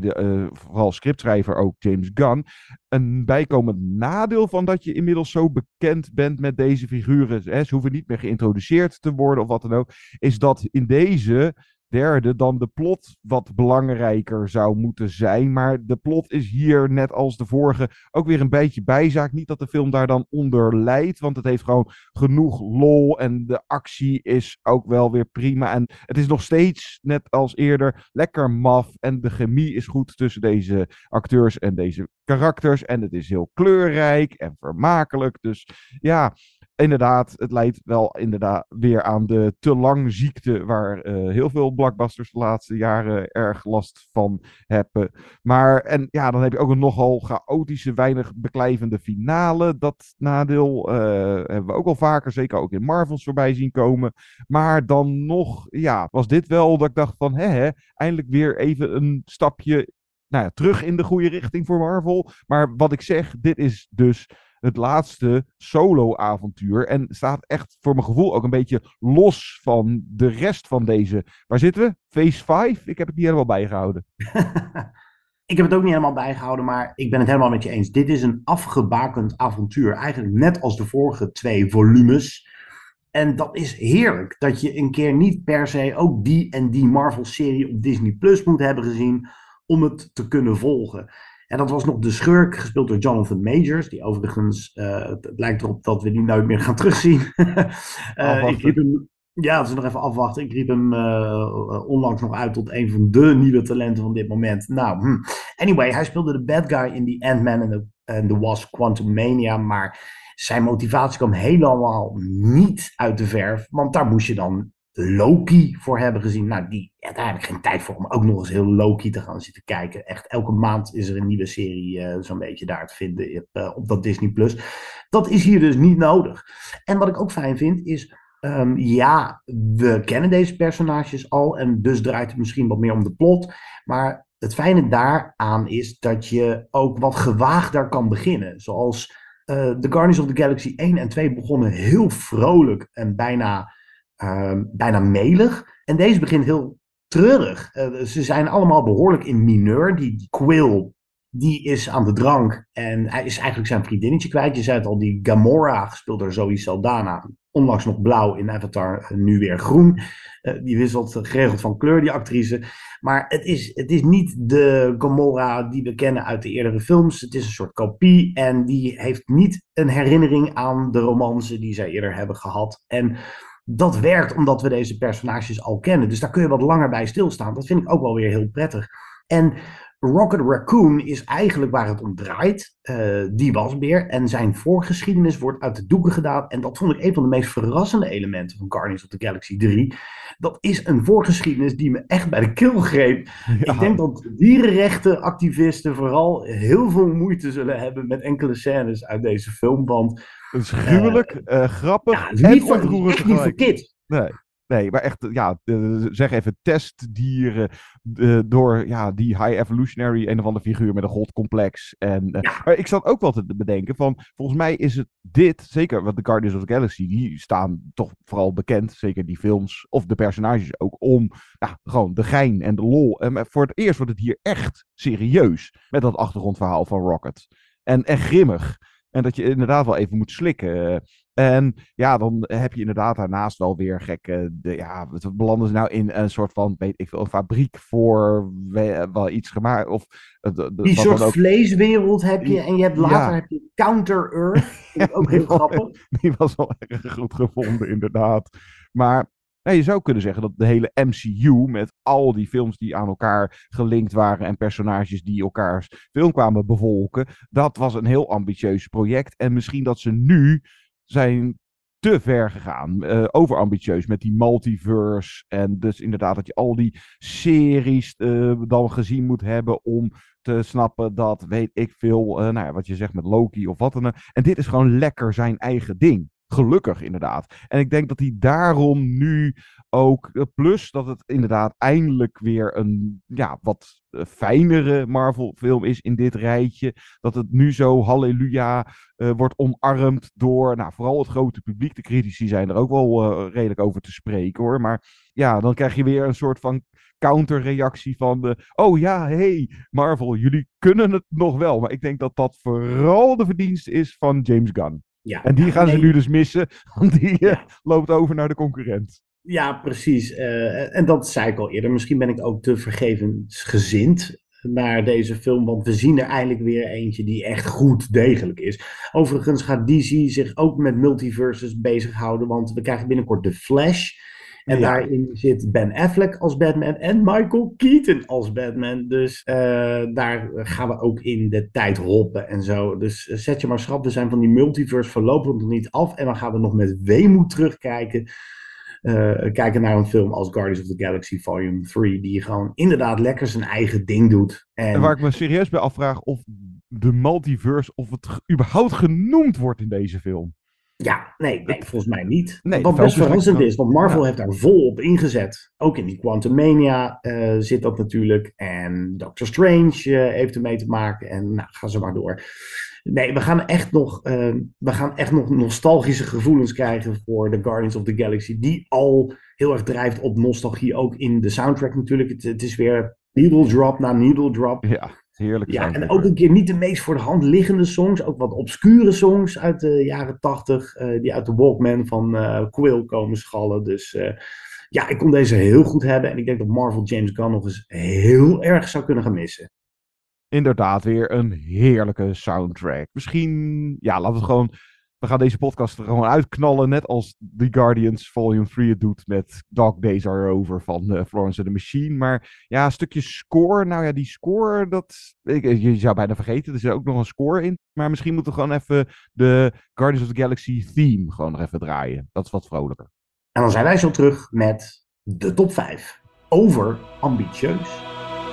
[SPEAKER 5] vooral scriptschrijver ook James Gunn. Een bijkomend nadeel van dat je inmiddels zo bekend bent met deze figuren, ze hoeven niet meer geïntroduceerd te worden of wat dan ook, is dat in deze derde dan de plot wat belangrijker zou moeten zijn. Maar de plot is hier, net als de vorige, ook weer een beetje bijzaak. Niet dat de film daar dan onder lijdt, want het heeft gewoon genoeg lol en de actie is ook wel weer prima. En het is nog steeds, net als eerder, lekker maf en de chemie is goed tussen deze acteurs en deze karakters. En het is heel kleurrijk en vermakelijk. Dus ja, inderdaad, het leidt wel inderdaad weer aan de te lang ziekte waar heel veel blockbusters de laatste jaren erg last van hebben. Maar dan heb je ook een nogal chaotische, weinig beklijvende finale. Dat nadeel hebben we ook al vaker, zeker ook in Marvels voorbij zien komen. Maar dan nog, was dit wel dat ik dacht van, eindelijk weer even een stapje terug in de goede richting voor Marvel. Maar wat ik zeg, dit is dus het laatste solo-avontuur. En staat echt voor mijn gevoel ook een beetje los van de rest van deze. Waar zitten we? Phase 5? Ik heb het niet helemaal bijgehouden.
[SPEAKER 4] Ik heb het ook niet helemaal bijgehouden, maar ik ben het helemaal met je eens. Dit is een afgebakend avontuur. Eigenlijk net als de vorige 2 volumes. En dat is heerlijk. Dat je een keer niet per se ook die en die Marvel-serie op Disney Plus moet hebben gezien om het te kunnen volgen. En dat was nog de schurk, gespeeld door Jonathan Majors, die overigens, het lijkt erop dat we die nooit meer gaan terugzien. Ik riep hem, dat is nog even afwachten. Ik riep hem onlangs nog uit tot een van de nieuwe talenten van dit moment. Anyway, hij speelde de bad guy in die Ant-Man and the Wasp Quantumania, maar zijn motivatie kwam helemaal niet uit de verf, want daar moest je dan Loki voor hebben gezien. Nou, die had eigenlijk geen tijd voor om ook nog eens heel Loki te gaan zitten kijken. Echt elke maand is er een nieuwe serie zo'n beetje daar te vinden op dat Disney+. Dat is hier dus niet nodig. En wat ik ook fijn vind is, we kennen deze personages al en dus draait het misschien wat meer om de plot. Maar het fijne daaraan is dat je ook wat gewaagder kan beginnen. Zoals The Guardians of the Galaxy 1 en 2 begonnen heel vrolijk en bijna melig. En deze begint heel treurig. Ze zijn allemaal behoorlijk in mineur. Die Quill, die is aan de drank en hij is eigenlijk zijn vriendinnetje kwijt. Je zei het al, die Gamora, gespeeld door Zoe Saldana. Onlangs nog blauw in Avatar, nu weer groen. Die wisselt geregeld van kleur, die actrice. Maar het is niet de Gamora die we kennen uit de eerdere films. Het is een soort kopie en die heeft niet een herinnering aan de romance die zij eerder hebben gehad. En dat werkt omdat we deze personages al kennen. Dus daar kun je wat langer bij stilstaan. Dat vind ik ook wel weer heel prettig. En Rocket Raccoon is eigenlijk waar het om draait. Die wasbeer. En zijn voorgeschiedenis wordt uit de doeken gedaan. En dat vond ik een van de meest verrassende elementen van Guardians of the Galaxy 3. Dat is een voorgeschiedenis die me echt bij de keel greep. Ja. Ik denk dat dierenrechtenactivisten vooral heel veel moeite zullen hebben met enkele scènes uit deze film. Want
[SPEAKER 5] het is gruwelijk, grappig
[SPEAKER 4] en ontroerend tegelijk. Niet voor kids.
[SPEAKER 5] Nee, maar echt, zeg even testdieren door die high evolutionary een of andere figuur met een godcomplex. Maar ik zat ook wel te bedenken van, volgens mij is het dit, zeker wat de Guardians of the Galaxy, die staan toch vooral bekend, zeker die films of de personages ook, om gewoon de gein en de lol. En voor het eerst wordt het hier echt serieus met dat achtergrondverhaal van Rocket. En grimmig. En dat je inderdaad wel even moet slikken. En dan heb je inderdaad daarnaast wel weer gekke... we belanden ze nou in een soort van, weet ik veel, een fabriek voor wel iets gemaakt. Of,
[SPEAKER 4] die soort vleeswereld heb je. En je hebt later heb je Counter-Earth. Vind ik ook heel grappig.
[SPEAKER 5] Die was wel erg goed gevonden, inderdaad. Maar je zou kunnen zeggen dat de hele MCU met al die films die aan elkaar gelinkt waren en personages die elkaars film kwamen bevolken, dat was een heel ambitieus project. En misschien dat ze nu zijn te ver gegaan, overambitieus met die multiverse. En dus inderdaad dat je al die series dan gezien moet hebben om te snappen dat, weet ik veel, wat je zegt met Loki of wat dan ook. En dit is gewoon lekker zijn eigen ding. Gelukkig inderdaad. En ik denk dat hij daarom nu ook, plus dat het inderdaad eindelijk weer een wat fijnere Marvel film is in dit rijtje. Dat het nu zo halleluja wordt omarmd door vooral het grote publiek. De critici zijn er ook wel redelijk over te spreken hoor. Maar dan krijg je weer een soort van counterreactie van Marvel, jullie kunnen het nog wel. Maar ik denk dat dat vooral de verdienste is van James Gunn. Ja, en die gaan ze nu dus missen, want die loopt over naar de concurrent.
[SPEAKER 4] Ja, precies. En dat zei ik al eerder. Misschien ben ik ook te vergevensgezind naar deze film, want we zien er eindelijk weer eentje die echt goed degelijk is. Overigens gaat DC zich ook met multiverses bezighouden, want we krijgen binnenkort The Flash. En daarin zit Ben Affleck als Batman en Michael Keaton als Batman. Dus daar gaan we ook in de tijd hoppen en zo. Dus zet je maar schrap, we zijn van die multiverse voorlopig nog niet af. En dan gaan we nog met weemoed terugkijken. Kijken naar een film als Guardians of the Galaxy Volume 3. Die gewoon inderdaad lekker zijn eigen ding doet.
[SPEAKER 5] En waar ik me serieus bij afvraag of de multiverse, of het überhaupt genoemd wordt in deze film.
[SPEAKER 4] Ja, nee, volgens mij niet. Nee, wat best verrassend is, want Marvel heeft daar vol op ingezet. Ook in die Quantumania zit dat natuurlijk. En Doctor Strange heeft ermee te maken. En ga zo maar door. Nee, we gaan echt nog nostalgische gevoelens krijgen voor de Guardians of the Galaxy. Die al heel erg drijft op nostalgie. Ook in de soundtrack natuurlijk. Het is weer needle drop na needle drop.
[SPEAKER 5] Ja. Heerlijk.
[SPEAKER 4] Ja, en ook een keer niet de meest voor de hand liggende songs. Ook wat obscure songs uit de jaren 80. Die uit de Walkman van Quill komen schallen. Dus ik kon deze heel goed hebben. En ik denk dat Marvel James Gunn nog eens heel erg zou kunnen gaan missen.
[SPEAKER 5] Inderdaad, weer een heerlijke soundtrack. Misschien, laten we gewoon... We gaan deze podcast er gewoon uitknallen, net als The Guardians Volume 3 het doet met Dog Days Are Over van Florence and the Machine. Maar een stukje score, die score, je zou bijna vergeten, er zit ook nog een score in. Maar misschien moeten we gewoon even de Guardians of the Galaxy theme gewoon nog even draaien. Dat is wat vrolijker.
[SPEAKER 4] En dan zijn wij zo terug met de top 5 over ambitieus.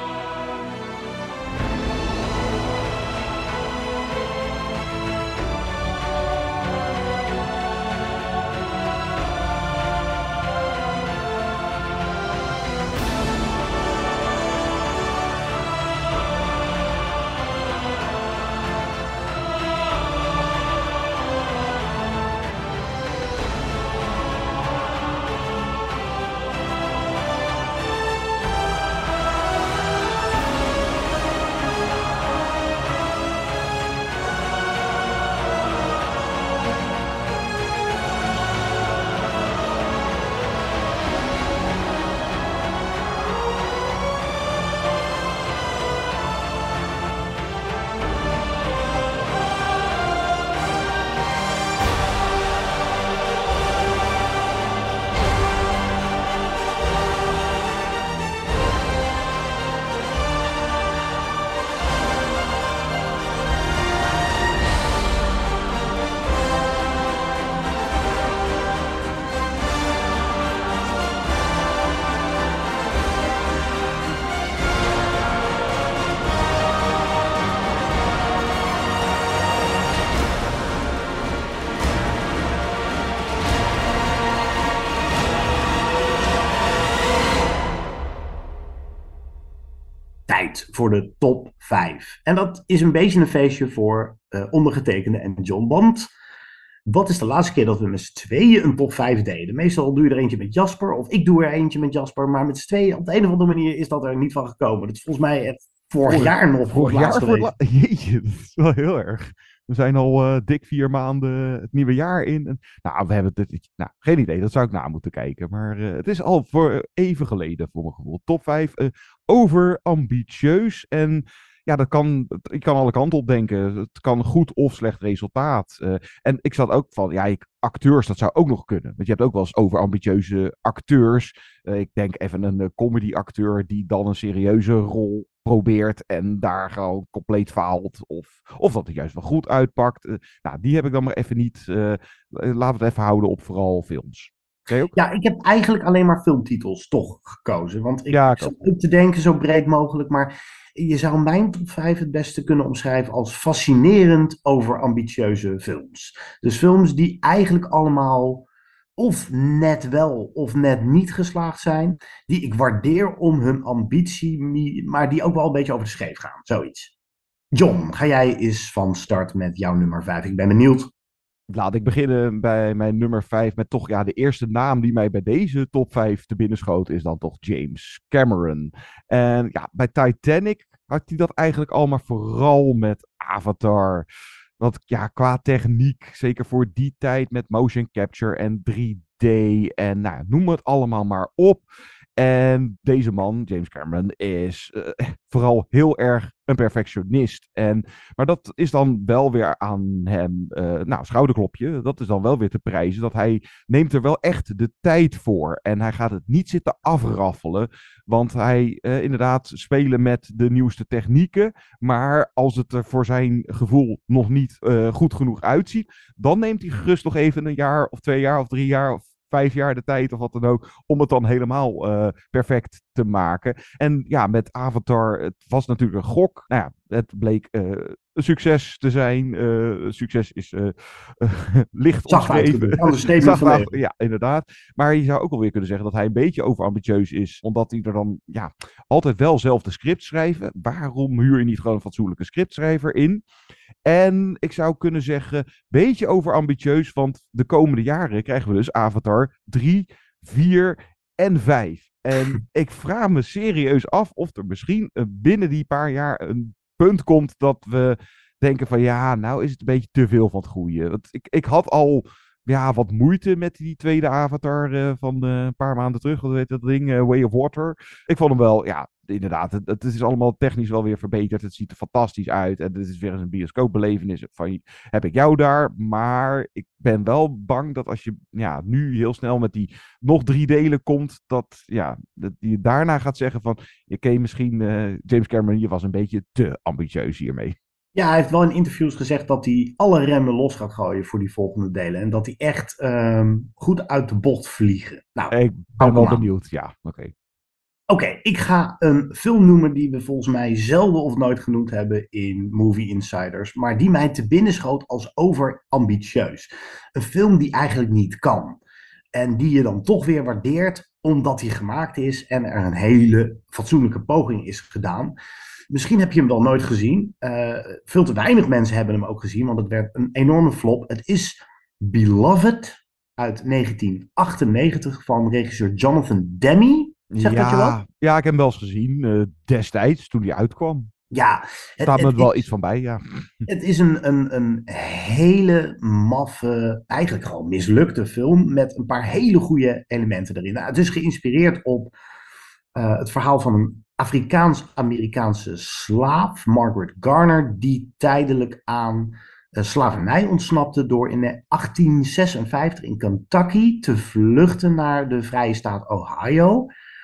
[SPEAKER 4] Tijd voor de top 5. En dat is een beetje een feestje voor ondergetekende en John. Want wat is de laatste keer dat we met z'n tweeën een top 5 deden? Meestal doe je er eentje met Jasper, of ik doe er eentje met Jasper. Maar met z'n tweeën, op de een of andere manier, is dat er niet van gekomen. Dat is volgens mij vorig jaar nog voor het laatst geweest.
[SPEAKER 5] Jeetje, dat is wel heel erg. We zijn al dik 4 maanden het nieuwe jaar in. En, nou, we hebben het. Nou, geen idee, dat zou ik na moeten kijken. Maar het is al voor even geleden, voor mijn gevoel. Top 5 over ambitieus. En ja, ik kan alle kanten op denken. Het kan goed of slecht resultaat. En ik zat ook van, ja, acteurs, dat zou ook nog kunnen. Want je hebt ook wel eens over ambitieuze acteurs. Ik denk even een comedy-acteur die dan een serieuze rol probeert en daar gewoon compleet faalt. Of dat het juist wel goed uitpakt. Nou, die heb ik dan maar even niet. Laten we het even houden op vooral films. Ook?
[SPEAKER 4] Ja, ik heb eigenlijk alleen maar filmtitels toch gekozen. Want ik zat ook te denken zo breed mogelijk. Maar je zou mijn top 5 het beste kunnen omschrijven als fascinerend over ambitieuze films. Dus films die eigenlijk allemaal of net wel of net niet geslaagd zijn. Die ik waardeer om hun ambitie, maar die ook wel een beetje over de scheef gaan. Zoiets. John, ga jij eens van start met jouw nummer 5. Ik ben benieuwd.
[SPEAKER 5] Laat ik beginnen bij mijn nummer 5 met toch de eerste naam die mij bij deze top 5 te binnen schoot is dan toch James Cameron. En ja, bij Titanic had hij dat eigenlijk al, maar vooral met Avatar. Want ja, qua techniek, zeker voor die tijd met motion capture en 3D en nou, noem het allemaal maar op. En deze man, James Cameron, is vooral heel erg een perfectionist. Maar dat is dan wel weer aan hem, schouderklopje. Dat is dan wel weer te prijzen. Dat hij neemt er wel echt de tijd voor. En hij gaat het niet zitten afraffelen. Want hij inderdaad spelen met de nieuwste technieken. Maar als het er voor zijn gevoel nog niet goed genoeg uitziet, dan neemt hij gerust nog even een jaar of 2 jaar of 3 jaar of 5 jaar de tijd of wat dan ook, om het dan helemaal perfect te maken. En ja, met Avatar, het was natuurlijk een gok. Nou ja, het bleek een succes te zijn. Succes is licht omschreven. Ja, inderdaad. Maar je zou ook alweer kunnen zeggen dat hij een beetje overambitieus is, omdat hij er dan altijd wel zelf de script schrijven. Waarom huur je niet gewoon een fatsoenlijke scriptschrijver in? En ik zou kunnen zeggen, beetje overambitieus, want de komende jaren krijgen we dus Avatar 3, 4 en 5. En ik vraag me serieus af of er misschien binnen die paar jaar een punt komt dat we denken van ja, nou is het een beetje te veel van het goede. Want ik had al wat moeite met die tweede Avatar van een paar maanden terug. Wat heet dat ding? Way of Water. Ik vond hem wel, inderdaad, het is allemaal technisch wel weer verbeterd. Het ziet er fantastisch uit. En het is weer eens een bioscoopbelevenis van, heb ik jou daar. Maar ik ben wel bang dat als je nu heel snel met die nog 3 delen komt, dat je daarna gaat zeggen van, misschien James Cameron, je was een beetje te ambitieus hiermee.
[SPEAKER 4] Ja, hij heeft wel in interviews gezegd dat hij alle remmen los gaat gooien voor die volgende delen. En dat die echt goed uit de bocht vliegen. Nou,
[SPEAKER 5] Ik ben wel benieuwd, ja.
[SPEAKER 4] Oké, ik ga een film noemen die we volgens mij zelden of nooit genoemd hebben in Movie Insiders. Maar die mij te binnen schoot als overambitieus. Een film die eigenlijk niet kan. En die je dan toch weer waardeert omdat hij gemaakt is en er een hele fatsoenlijke poging is gedaan. Misschien heb je hem wel nooit gezien. Veel te weinig mensen hebben hem ook gezien, want het werd een enorme flop. Het is Beloved uit 1998 van regisseur Jonathan Demme. Zegt dat je wat?
[SPEAKER 5] Ja, ik heb hem wel eens gezien destijds toen hij uitkwam.
[SPEAKER 4] Ja.
[SPEAKER 5] Staat me wel iets van bij, ja.
[SPEAKER 4] Het is een hele maffe, eigenlijk gewoon mislukte film met een paar hele goede elementen erin. Nou, het is geïnspireerd op het verhaal van een Afrikaans-Amerikaanse slaaf, Margaret Garner, die tijdelijk aan slavernij ontsnapte door in 1856 in Kentucky te vluchten naar de vrije staat Ohio.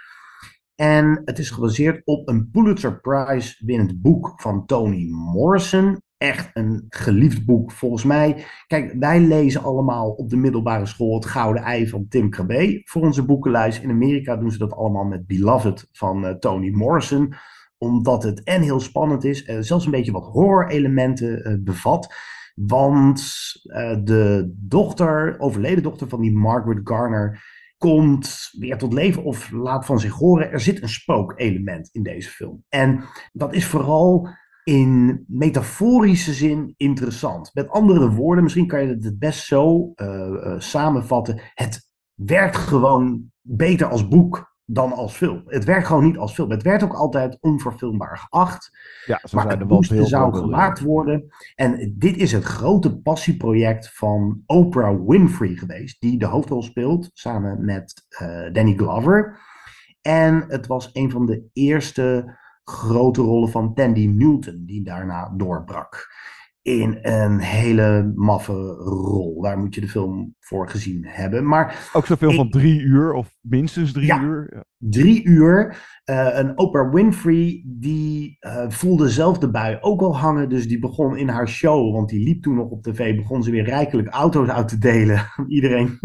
[SPEAKER 4] En het is gebaseerd op een Pulitzer Prize winnend boek van Toni Morrison. Echt een geliefd boek volgens mij. Kijk, wij lezen allemaal op de middelbare school Het Gouden Ei van Tim Krabbe voor onze boekenlijst. In Amerika doen ze dat allemaal met Beloved van Toni Morrison. Omdat het en heel spannend is, zelfs een beetje wat horror-elementen bevat. Want de overleden dochter van die Margaret Garner komt weer tot leven of laat van zich horen. Er zit een spookelement in deze film. En dat is vooral in metaforische zin interessant. Met andere woorden, misschien kan je het best zo samenvatten. Het werkt gewoon beter als boek dan als film. Het werkt gewoon niet als film. Het werd ook altijd onverfilmbaar geacht.
[SPEAKER 5] Ja, zo
[SPEAKER 4] maar
[SPEAKER 5] zijn
[SPEAKER 4] het
[SPEAKER 5] er
[SPEAKER 4] moest
[SPEAKER 5] wel
[SPEAKER 4] zou gemaakt worden. En dit is het grote passieproject van Oprah Winfrey geweest, die de hoofdrol speelt samen met Danny Glover. En het was een van de eerste grote rollen van Thandie Newton, die daarna doorbrak in een hele maffe rol. Daar moet je de film voor gezien hebben. Maar
[SPEAKER 5] ook zo'n film van 3 uur of minstens 3 uur.
[SPEAKER 4] Ja. 3 uur. Een Oprah Winfrey die voelde zelf de bui ook al hangen. Dus die begon in haar show, want die liep toen nog op tv, begon ze weer rijkelijk auto's uit te delen aan iedereen.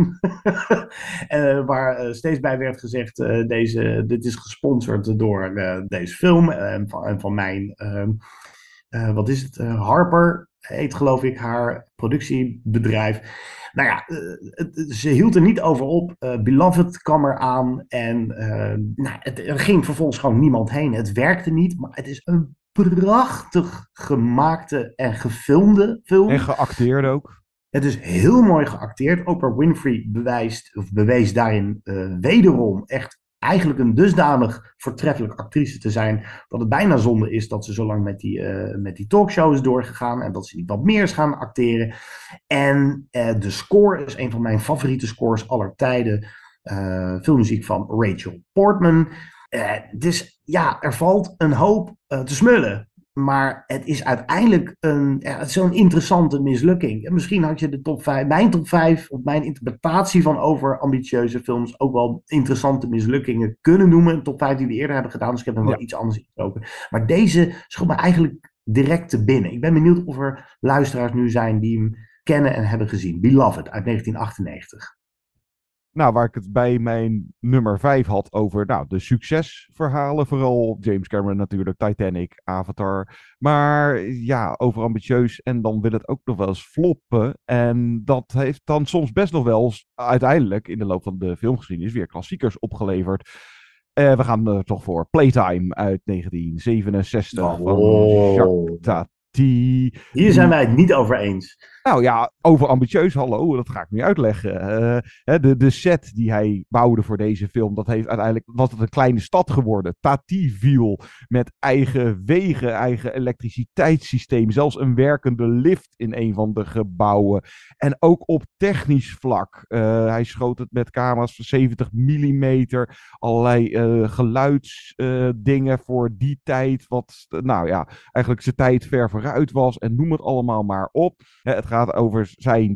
[SPEAKER 4] Waar steeds bij werd gezegd, dit is gesponsord door deze film. En van mijn, wat is het, Harper heet geloof ik haar productiebedrijf. Nou ja, ze hield er niet over op. Beloved kwam eraan. En er ging vervolgens gewoon niemand heen. Het werkte niet, maar het is een prachtig gemaakte en gefilmde film.
[SPEAKER 5] En geacteerd ook.
[SPEAKER 4] Het is heel mooi geacteerd. Oprah Winfrey bewees daarin wederom echt eigenlijk een dusdanig voortreffelijke actrice te zijn, dat het bijna zonde is dat ze zo lang met die talkshow is doorgegaan en dat ze niet wat meer is gaan acteren. En de score is een van mijn favoriete scores aller tijden. Filmmuziek van Rachel Portman. Dus ja, er valt een hoop te smullen. Maar het is uiteindelijk zo'n interessante mislukking. En misschien had je de top 5, mijn top 5, of mijn interpretatie van overambitieuze films ook wel interessante mislukkingen kunnen noemen. Een top 5 die we eerder hebben gedaan, dus ik heb hem wel iets anders ingestoken. Maar deze schoot me eigenlijk direct te binnen. Ik ben benieuwd of er luisteraars nu zijn die hem kennen en hebben gezien. Beloved uit 1998.
[SPEAKER 5] Nou, waar ik het bij mijn nummer 5 had over de succesverhalen. Vooral James Cameron natuurlijk, Titanic, Avatar. Maar ja, overambitieus en dan wil het ook nog wel eens floppen. En dat heeft dan soms best nog wel eens uiteindelijk in de loop van de filmgeschiedenis weer klassiekers opgeleverd. We gaan er toch voor Playtime uit 1967 van Jacques Tati.
[SPEAKER 4] Hier zijn wij het niet over eens.
[SPEAKER 5] Nou ja, overambitieus, hallo, dat ga ik nu uitleggen. De set die hij bouwde voor deze film, was het een kleine stad geworden. Tativille, met eigen wegen, eigen elektriciteitssysteem. Zelfs een werkende lift in een van de gebouwen. En ook op technisch vlak. Hij schoot het met camera's van 70 mm. Allerlei geluidsdingen voor die tijd. Wat, eigenlijk zijn tijd ver vooruit was. En noem het allemaal maar op. Het gaat over zijn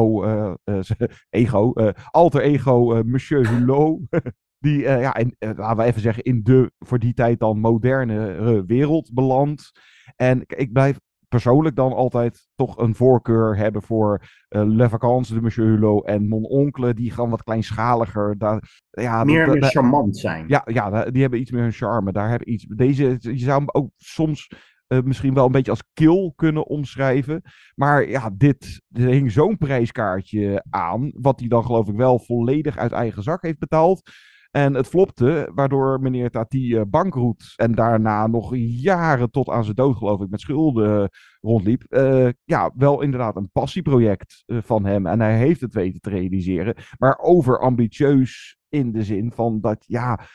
[SPEAKER 5] alter ego, Monsieur Hulot. Die, laten we even zeggen, in de voor die tijd dan moderne wereld belandt. En ik blijf persoonlijk dan altijd toch een voorkeur hebben voor Le Vacances de Monsieur Hulot en Mon Oncle. Die gaan wat kleinschaliger.
[SPEAKER 4] Meer charmant zijn.
[SPEAKER 5] Ja, die hebben iets meer een charme. Daar heb iets. Deze, je zou hem ook soms misschien wel een beetje als kil kunnen omschrijven. Maar ja, er hing zo'n prijskaartje aan. Wat hij dan geloof ik wel volledig uit eigen zak heeft betaald. En het flopte, waardoor meneer Tati bankroet en daarna nog jaren tot aan zijn dood, geloof ik, met schulden rondliep. Wel inderdaad een passieproject van hem. En hij heeft het weten te realiseren. Maar overambitieus in de zin van dat,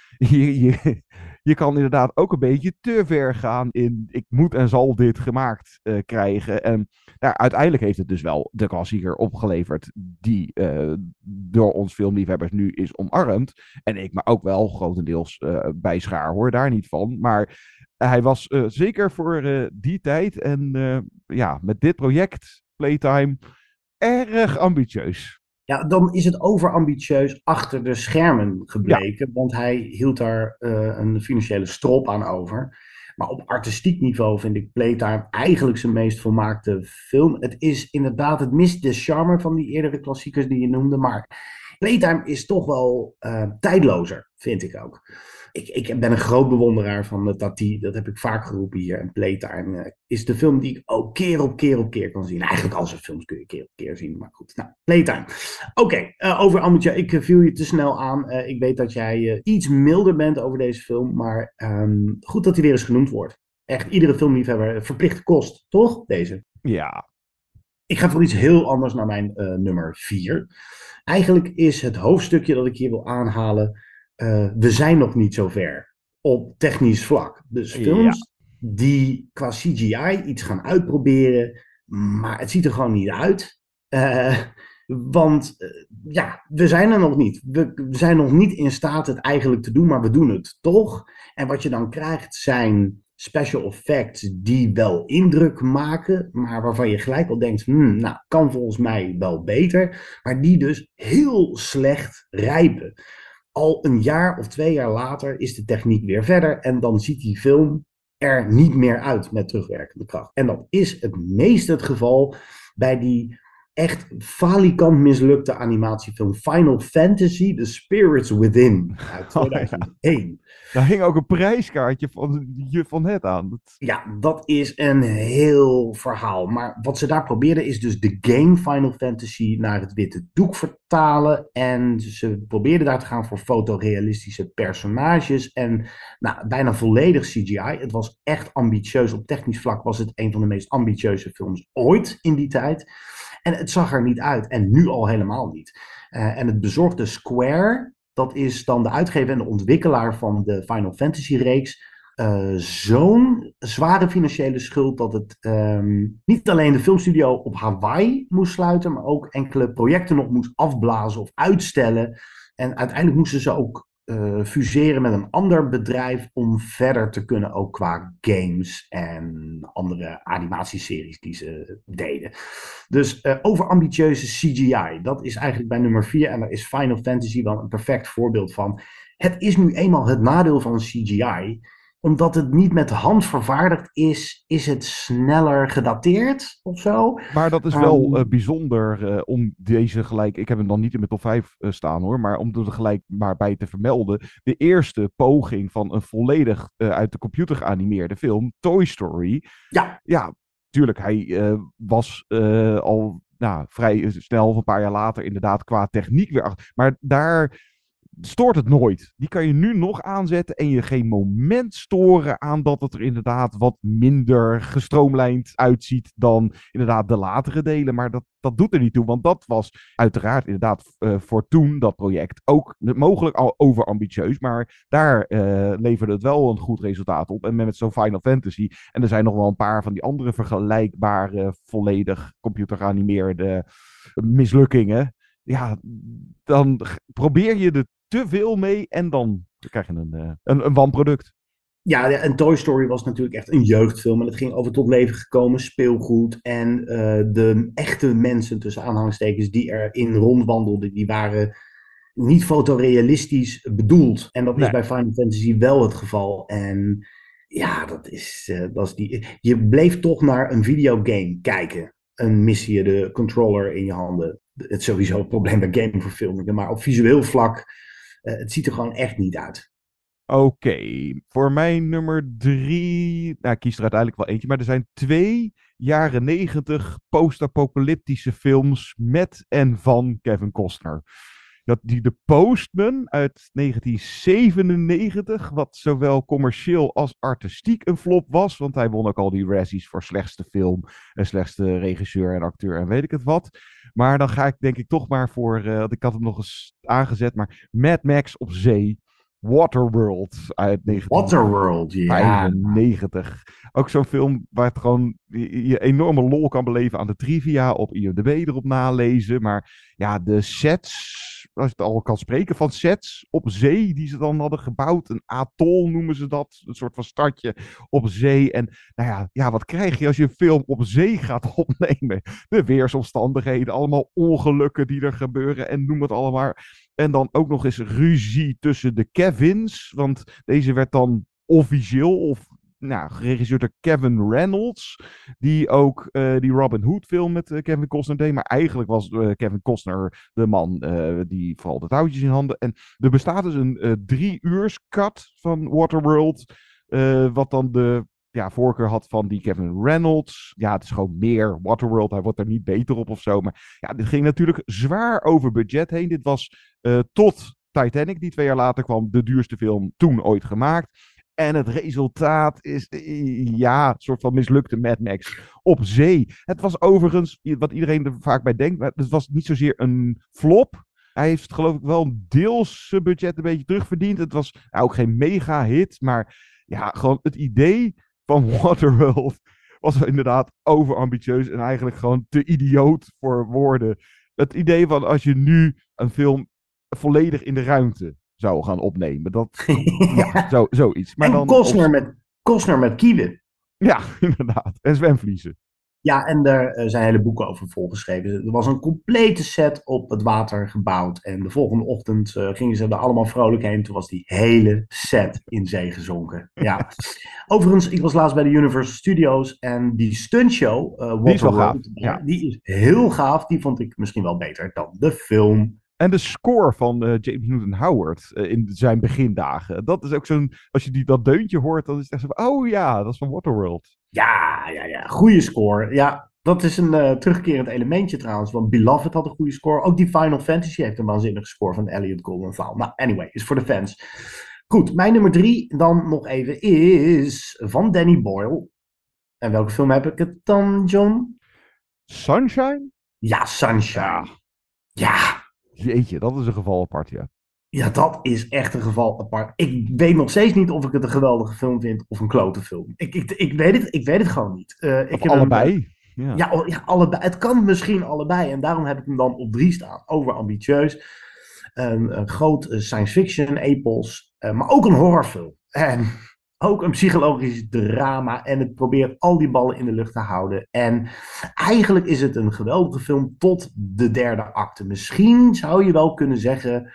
[SPEAKER 5] je kan inderdaad ook een beetje te ver gaan in ik moet en zal dit gemaakt krijgen. En uiteindelijk heeft het dus wel de klassieker opgeleverd die door ons filmliefhebbers nu is omarmd. En ik me ook wel grotendeels bij schaar, hoor, daar niet van. Maar hij was zeker voor die tijd en met dit project, Playtime, erg ambitieus.
[SPEAKER 4] Ja, dan is het overambitieus achter de schermen gebleken. Want hij hield daar een financiële strop aan over. Maar op artistiek niveau vind ik Playtime eigenlijk zijn meest volmaakte film. Het is inderdaad, het mist de charme van die eerdere klassiekers die je noemde. Maar Playtime is toch wel tijdlozer, vind ik ook. Ik ben een groot bewonderaar van Tati. Dat heb ik vaak geroepen hier. En Playtime is de film die ik ook keer op keer kan zien. Eigenlijk al zijn films kun je keer op keer zien. Maar goed, Playtime. Oké, over ambitieus. Ik viel je te snel aan. Ik weet dat jij iets milder bent over deze film. Maar goed dat hij weer eens genoemd wordt. Echt, iedere filmliefhebber verplichte kost. Toch? Deze.
[SPEAKER 5] Ja.
[SPEAKER 4] Ik ga voor iets heel anders naar mijn nummer 4. Eigenlijk is het hoofdstukje dat ik hier wil aanhalen. We zijn nog niet zo ver op technisch vlak. Dus films die qua CGI iets gaan uitproberen, maar het ziet er gewoon niet uit. Want we zijn er nog niet. We zijn nog niet in staat het eigenlijk te doen, maar we doen het toch. En wat je dan krijgt zijn special effects die wel indruk maken, maar waarvan je gelijk al denkt, kan volgens mij wel beter. Maar die dus heel slecht rijpen. Al een jaar of 2 jaar later is de techniek weer verder en dan ziet die film er niet meer uit met terugwerkende kracht. En dat is het meest het geval bij die echt falikant mislukte animatiefilm Final Fantasy, The Spirits Within uit 2001.
[SPEAKER 5] Daar hing ook een prijskaartje van het aan.
[SPEAKER 4] Ja, dat is een heel verhaal. Maar wat ze daar probeerden is dus de game Final Fantasy naar het witte doek vertalen. En ze probeerden daar te gaan voor fotorealistische personages. En bijna volledig CGI. Het was echt ambitieus. Op technisch vlak was het een van de meest ambitieuze films ooit in die tijd. En het zag er niet uit. En nu al helemaal niet. En het bezorgde Square, dat is dan de uitgever en de ontwikkelaar van de Final Fantasy reeks, zo'n zware financiële schuld dat het niet alleen de filmstudio op Hawaii moest sluiten, maar ook enkele projecten nog moest afblazen of uitstellen. En uiteindelijk moesten ze ook fuseren met een ander bedrijf om verder te kunnen, ook qua games en andere animatieseries die ze deden. Dus overambitieuze CGI, dat is eigenlijk bij nummer 4 en daar is Final Fantasy wel een perfect voorbeeld van. Het is nu eenmaal het nadeel van CGI, omdat het niet met de hand vervaardigd is het sneller gedateerd of zo.
[SPEAKER 5] Maar dat is wel bijzonder om deze gelijk, ik heb hem dan niet in mijn top 5 staan hoor, maar om er gelijk maar bij te vermelden. De eerste poging van een volledig uit de computer geanimeerde film, Toy Story. Ja, tuurlijk, hij was al vrij snel, een paar jaar later inderdaad qua techniek weer achter. Maar daar stoort het nooit. Die kan je nu nog aanzetten en je geen moment storen aan dat het er inderdaad wat minder gestroomlijnd uitziet dan inderdaad de latere delen. Maar dat doet er niet toe, want dat was uiteraard inderdaad voor toen dat project ook mogelijk al overambitieus, maar daar leverde het wel een goed resultaat op. En met zo'n Final Fantasy, en er zijn nog wel een paar van die andere vergelijkbare volledig computergeanimeerde mislukkingen. Ja, dan probeer je er te veel mee en dan krijg je een wanproduct.
[SPEAKER 4] Ja, en Toy Story was natuurlijk echt een jeugdfilm. En het ging over tot leven gekomen speelgoed. En de echte mensen, tussen aanhalingstekens, die erin rondwandelden, die waren niet fotorealistisch bedoeld. En dat is bij Final Fantasy wel het geval. En Ja, dat is die. Je bleef toch naar een videogame kijken. Een missie, de controller in je handen. Het is sowieso het probleem bij gameverfilmingen. Maar op visueel vlak, het ziet er gewoon echt niet uit.
[SPEAKER 5] Oké, voor mijn nummer 3. Nou, ik kies er uiteindelijk wel eentje. Maar er zijn 2 jaren 90 post-apocalyptische films met en van Kevin Costner. Die The Postman uit 1997, wat zowel commercieel als artistiek een flop was. Want hij won ook al die Razzies voor slechtste film en slechtste regisseur en acteur en weet ik het wat. Maar dan ga ik denk ik toch maar voor, ik had hem nog eens aangezet, maar Mad Max op zee. Waterworld uit 1995. Ook zo'n film waar het gewoon je enorme lol kan beleven aan de trivia op IMDb erop nalezen. Maar ja, de sets, als je het al kan spreken van sets op zee die ze dan hadden gebouwd. Een atol noemen ze dat. Een soort van stadje op zee. En nou ja, wat krijg je als je een film op zee gaat opnemen? De weersomstandigheden, allemaal ongelukken die er gebeuren en noem het allemaal. En dan ook nog eens ruzie tussen de Kevins. Want deze werd dan officieel geregisseerd door Kevin Reynolds. Die ook die Robin Hood film met Kevin Costner deed. Maar eigenlijk was Kevin Costner de man die vooral de touwtjes in handen. En er bestaat dus een 3-uurs cut van Waterworld. Wat dan de voorkeur had van die Kevin Reynolds. Ja, het is gewoon meer Waterworld. Hij wordt er niet beter op of zo. Maar ja, dit ging natuurlijk zwaar over budget heen. Dit was tot Titanic, die 2 jaar later kwam, de duurste film toen ooit gemaakt. En het resultaat is, een soort van mislukte Mad Max op zee. Het was overigens, wat iedereen er vaak bij denkt, maar het was niet zozeer een flop. Hij heeft geloof ik wel deels zijn budget een beetje terugverdiend. Het was ook geen mega hit, maar ja, gewoon het idee van Waterworld was inderdaad overambitieus en eigenlijk gewoon te idioot voor woorden. Het idee van als je nu een film volledig in de ruimte zou gaan opnemen. Dat, zoiets. Maar
[SPEAKER 4] en
[SPEAKER 5] dan
[SPEAKER 4] Costner met kiewit.
[SPEAKER 5] Ja, inderdaad. En zwemvliezen.
[SPEAKER 4] Ja, en daar zijn hele boeken over volgeschreven. Er was een complete set op het water gebouwd. En de volgende ochtend gingen ze er allemaal vrolijk heen. Toen was die hele set in zee gezonken. Ja. Overigens, ik was laatst bij de Universal Studios. En die stuntshow,
[SPEAKER 5] die is wel gaaf.
[SPEAKER 4] Die is heel gaaf. Die vond ik misschien wel beter dan de film.
[SPEAKER 5] En de score van James Newton Howard in zijn begindagen. Dat is ook zo'n, als je dat deuntje hoort, dan is het echt zo van, oh ja, dat is van Waterworld.
[SPEAKER 4] Ja. Goede score. Ja, dat is een terugkerend elementje trouwens. Want Beloved had een goede score. Ook die Final Fantasy heeft een waanzinnige score van Elliot Goldenthal. Nou, anyway, is voor de fans. Goed, mijn nummer 3 dan nog even is van Danny Boyle. En welke film heb ik het dan, John?
[SPEAKER 5] Sunshine?
[SPEAKER 4] Ja, Sunshine. Ja.
[SPEAKER 5] Jeetje, dat is een geval apart, ja.
[SPEAKER 4] Ja, dat is echt een geval apart. Ik weet nog steeds niet of ik het een geweldige film vind of een klote film. Ik weet het gewoon niet.
[SPEAKER 5] Ik heb allebei.
[SPEAKER 4] Ja, allebei. Het kan misschien allebei. En daarom heb ik hem dan op 3 staan. Overambitieus. Een groot science fiction epos. Maar ook een horrorfilm. En ook een psychologisch drama. En het probeert al die ballen in de lucht te houden. En eigenlijk is het een geweldige film tot de 3e acte. Misschien zou je wel kunnen zeggen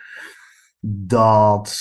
[SPEAKER 4] dat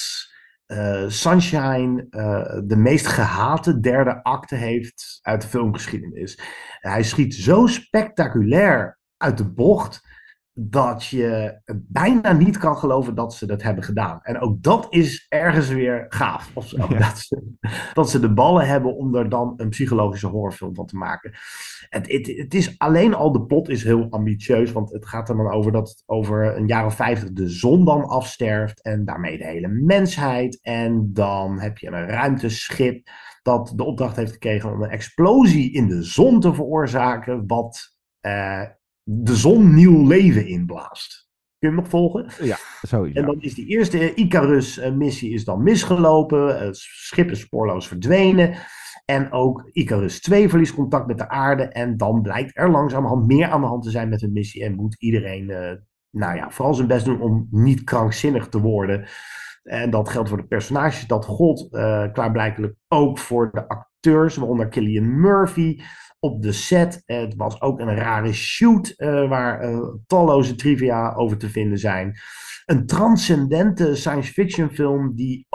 [SPEAKER 4] Sunshine de meest gehate 3e acte heeft uit de filmgeschiedenis. Hij schiet zo spectaculair uit de bocht dat je bijna niet kan geloven dat ze dat hebben gedaan. En ook dat is ergens weer gaaf. Of zo. Ja. Dat ze de ballen hebben om er dan een psychologische horrorfilm van te maken. Het is alleen al, de plot is heel ambitieus, want het gaat er dan over dat het over een jaar of 50 de zon dan afsterft en daarmee de hele mensheid. En dan heb je een ruimteschip dat de opdracht heeft gekregen om een explosie in de zon te veroorzaken, wat de zon nieuw leven inblaast. Kun je hem nog volgen?
[SPEAKER 5] Ja, zoiets.
[SPEAKER 4] En dan is die eerste Icarus-missie is dan misgelopen. Het schip is spoorloos verdwenen. En ook Icarus 2 verliest contact met de aarde. En dan blijkt er langzamerhand meer aan de hand te zijn met hun missie. En moet iedereen vooral zijn best doen om niet krankzinnig te worden. En dat geldt voor de personages. Dat gold klaarblijkelijk ook voor de acteurs. Waaronder Cillian Murphy op de set. Het was ook een rare shoot waar talloze trivia over te vinden zijn. Een transcendente science fiction film die ook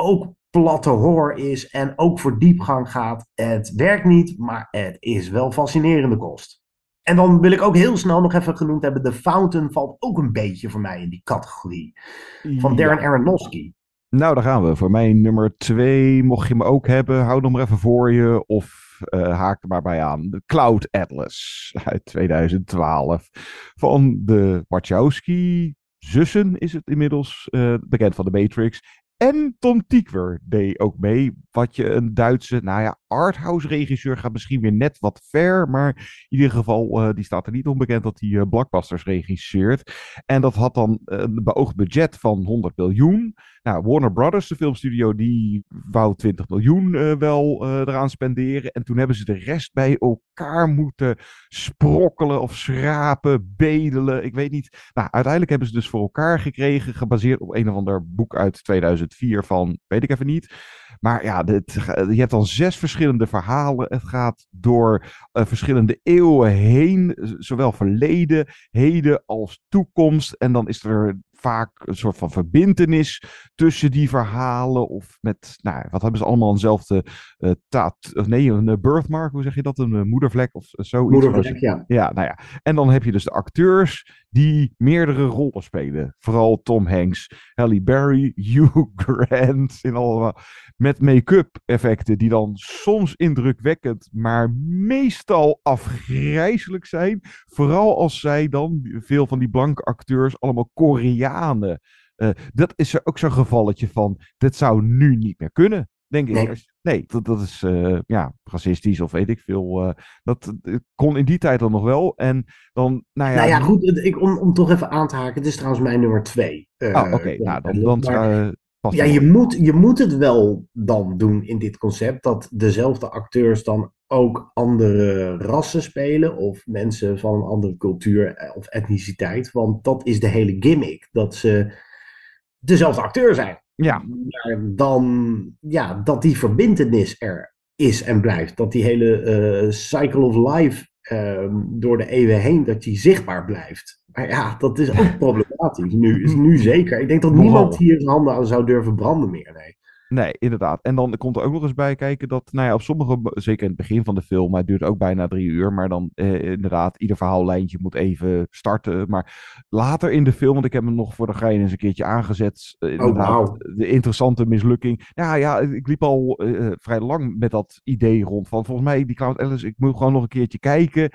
[SPEAKER 4] platte horror is en ook voor diepgang gaat. Het werkt niet, maar het is wel fascinerende kost. En dan wil ik ook heel snel nog even genoemd hebben, The Fountain valt ook een beetje voor mij in die categorie. Van Darren Aronofsky.
[SPEAKER 5] Nou, daar gaan we. Voor mijn nummer 2, mocht je me ook hebben, hou nog maar even voor je of haak er maar bij aan. The Cloud Atlas uit 2012 van de Wachowski-zussen is het inmiddels, bekend van de Matrix. En Tom Tykwer deed ook mee, wat je een Duitse, arthouse regisseur gaat misschien weer net wat ver, maar in ieder geval, die staat er niet onbekend dat hij blockbusters regisseert. En dat had dan een beoogd budget van 100 miljoen. Nou, Warner Brothers, de filmstudio, die wou 20 miljoen wel eraan spenderen. En toen hebben ze de rest bij elkaar moeten sprokkelen of schrapen, bedelen. Ik weet niet. Nou, uiteindelijk hebben ze dus voor elkaar gekregen, gebaseerd op een of ander boek uit 2004 van, weet ik even niet. Maar ja, je hebt dan 6 verschillende verhalen. Het gaat door verschillende eeuwen heen, zowel verleden, heden als toekomst. En dan is er vaak een soort van verbintenis tussen die verhalen. Of met, wat hebben ze allemaal eenzelfde een birthmark, hoe zeg je dat? Een moedervlek of zoiets.
[SPEAKER 4] Moedervlek, ja.
[SPEAKER 5] Ja. En dan heb je dus de acteurs die meerdere rollen spelen. Vooral Tom Hanks, Halle Berry, Hugh Grant in allemaal. Met make-up effecten die dan soms indrukwekkend, maar meestal afgrijselijk zijn. Vooral als zij dan, veel van die blanke acteurs, allemaal Koreanen. Dat is er ook zo'n gevalletje van, dit zou nu niet meer kunnen, denk ik. Nee, dat is racistisch of weet ik veel. Dat kon in die tijd dan nog wel. En dan,
[SPEAKER 4] goed, om toch even aan te haken, dit is trouwens mijn nummer 2.
[SPEAKER 5] Oké.
[SPEAKER 4] Ja, je moet het wel dan doen in dit concept, dat dezelfde acteurs dan ook andere rassen spelen of mensen van een andere cultuur of etniciteit, want dat is de hele gimmick, dat ze dezelfde acteur zijn.
[SPEAKER 5] Ja.
[SPEAKER 4] Maar dan, dat die verbintenis er is en blijft, dat die hele cycle of life door de eeuwen heen, dat die zichtbaar blijft. Maar ja, dat is ook problematisch. Nu zeker. Ik denk dat niemand hier zijn handen aan zou durven branden meer.
[SPEAKER 5] Nee, inderdaad. En dan komt er ook nog eens bij kijken dat, op sommige, zeker in het begin van de film, maar het duurt ook bijna 3 uur, maar dan inderdaad, ieder verhaallijntje moet even starten. Maar later in de film, want ik heb hem nog voor de gein eens een keertje aangezet, de interessante mislukking. Ik liep al vrij lang met dat idee rond van, volgens mij, die Cloud Atlas, ik moet gewoon nog een keertje kijken.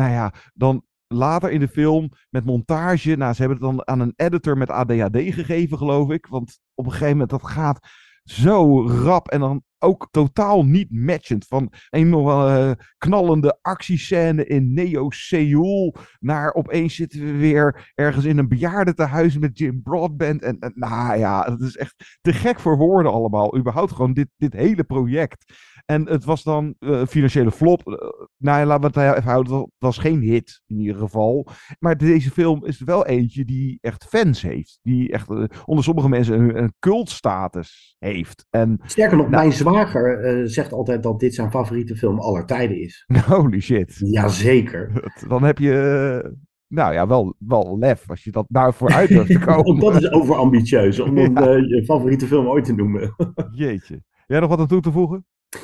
[SPEAKER 5] Dan later in de film met montage. Ze hebben het dan aan een editor met ADHD gegeven, geloof ik. Want op een gegeven moment, dat gaat zo rap en dan ook totaal niet matchend. Van een nog knallende actiescène in Neo-Seoul naar opeens zitten we weer ergens in een bejaardentehuis met Jim Broadbent. En het is echt te gek voor woorden allemaal. Überhaupt gewoon dit hele project. En het was dan financiële flop. Laten we het even houden. Het was geen hit in ieder geval. Maar deze film is wel eentje die echt fans heeft. Die echt onder sommige mensen een cultstatus heeft. En,
[SPEAKER 4] sterker nog, mijn zwager zegt altijd dat dit zijn favoriete film aller tijden is.
[SPEAKER 5] Holy shit.
[SPEAKER 4] Jazeker.
[SPEAKER 5] Dan heb je wel lef als je dat voor uit durft te komen.
[SPEAKER 4] Dat is overambitieus om je favoriete film ooit te noemen.
[SPEAKER 5] Jeetje. Jij nog wat aan toe te voegen?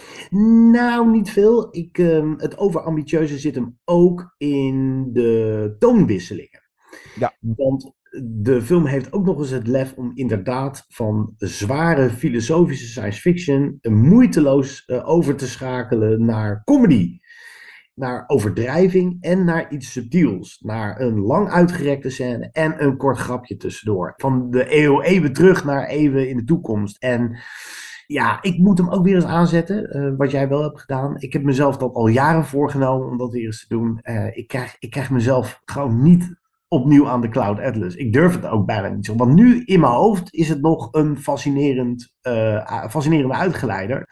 [SPEAKER 4] Nou, niet veel. Het overambitieuze zit hem ook in de toonwisselingen.
[SPEAKER 5] Ja.
[SPEAKER 4] Want de film heeft ook nog eens het lef om inderdaad van zware filosofische science fiction moeiteloos over te schakelen naar comedy. Naar overdrijving en naar iets subtiels. Naar een lang uitgerekte scène en een kort grapje tussendoor. Van de eeuw even terug naar even in de toekomst. En ja, ik moet hem ook weer eens aanzetten, wat jij wel hebt gedaan. Ik heb mezelf dat al jaren voorgenomen om dat weer eens te doen. Ik krijg mezelf gewoon niet opnieuw aan de Cloud Atlas. Ik durf het ook bijna niet zo. Want nu in mijn hoofd is het nog een fascinerende uitgeleider.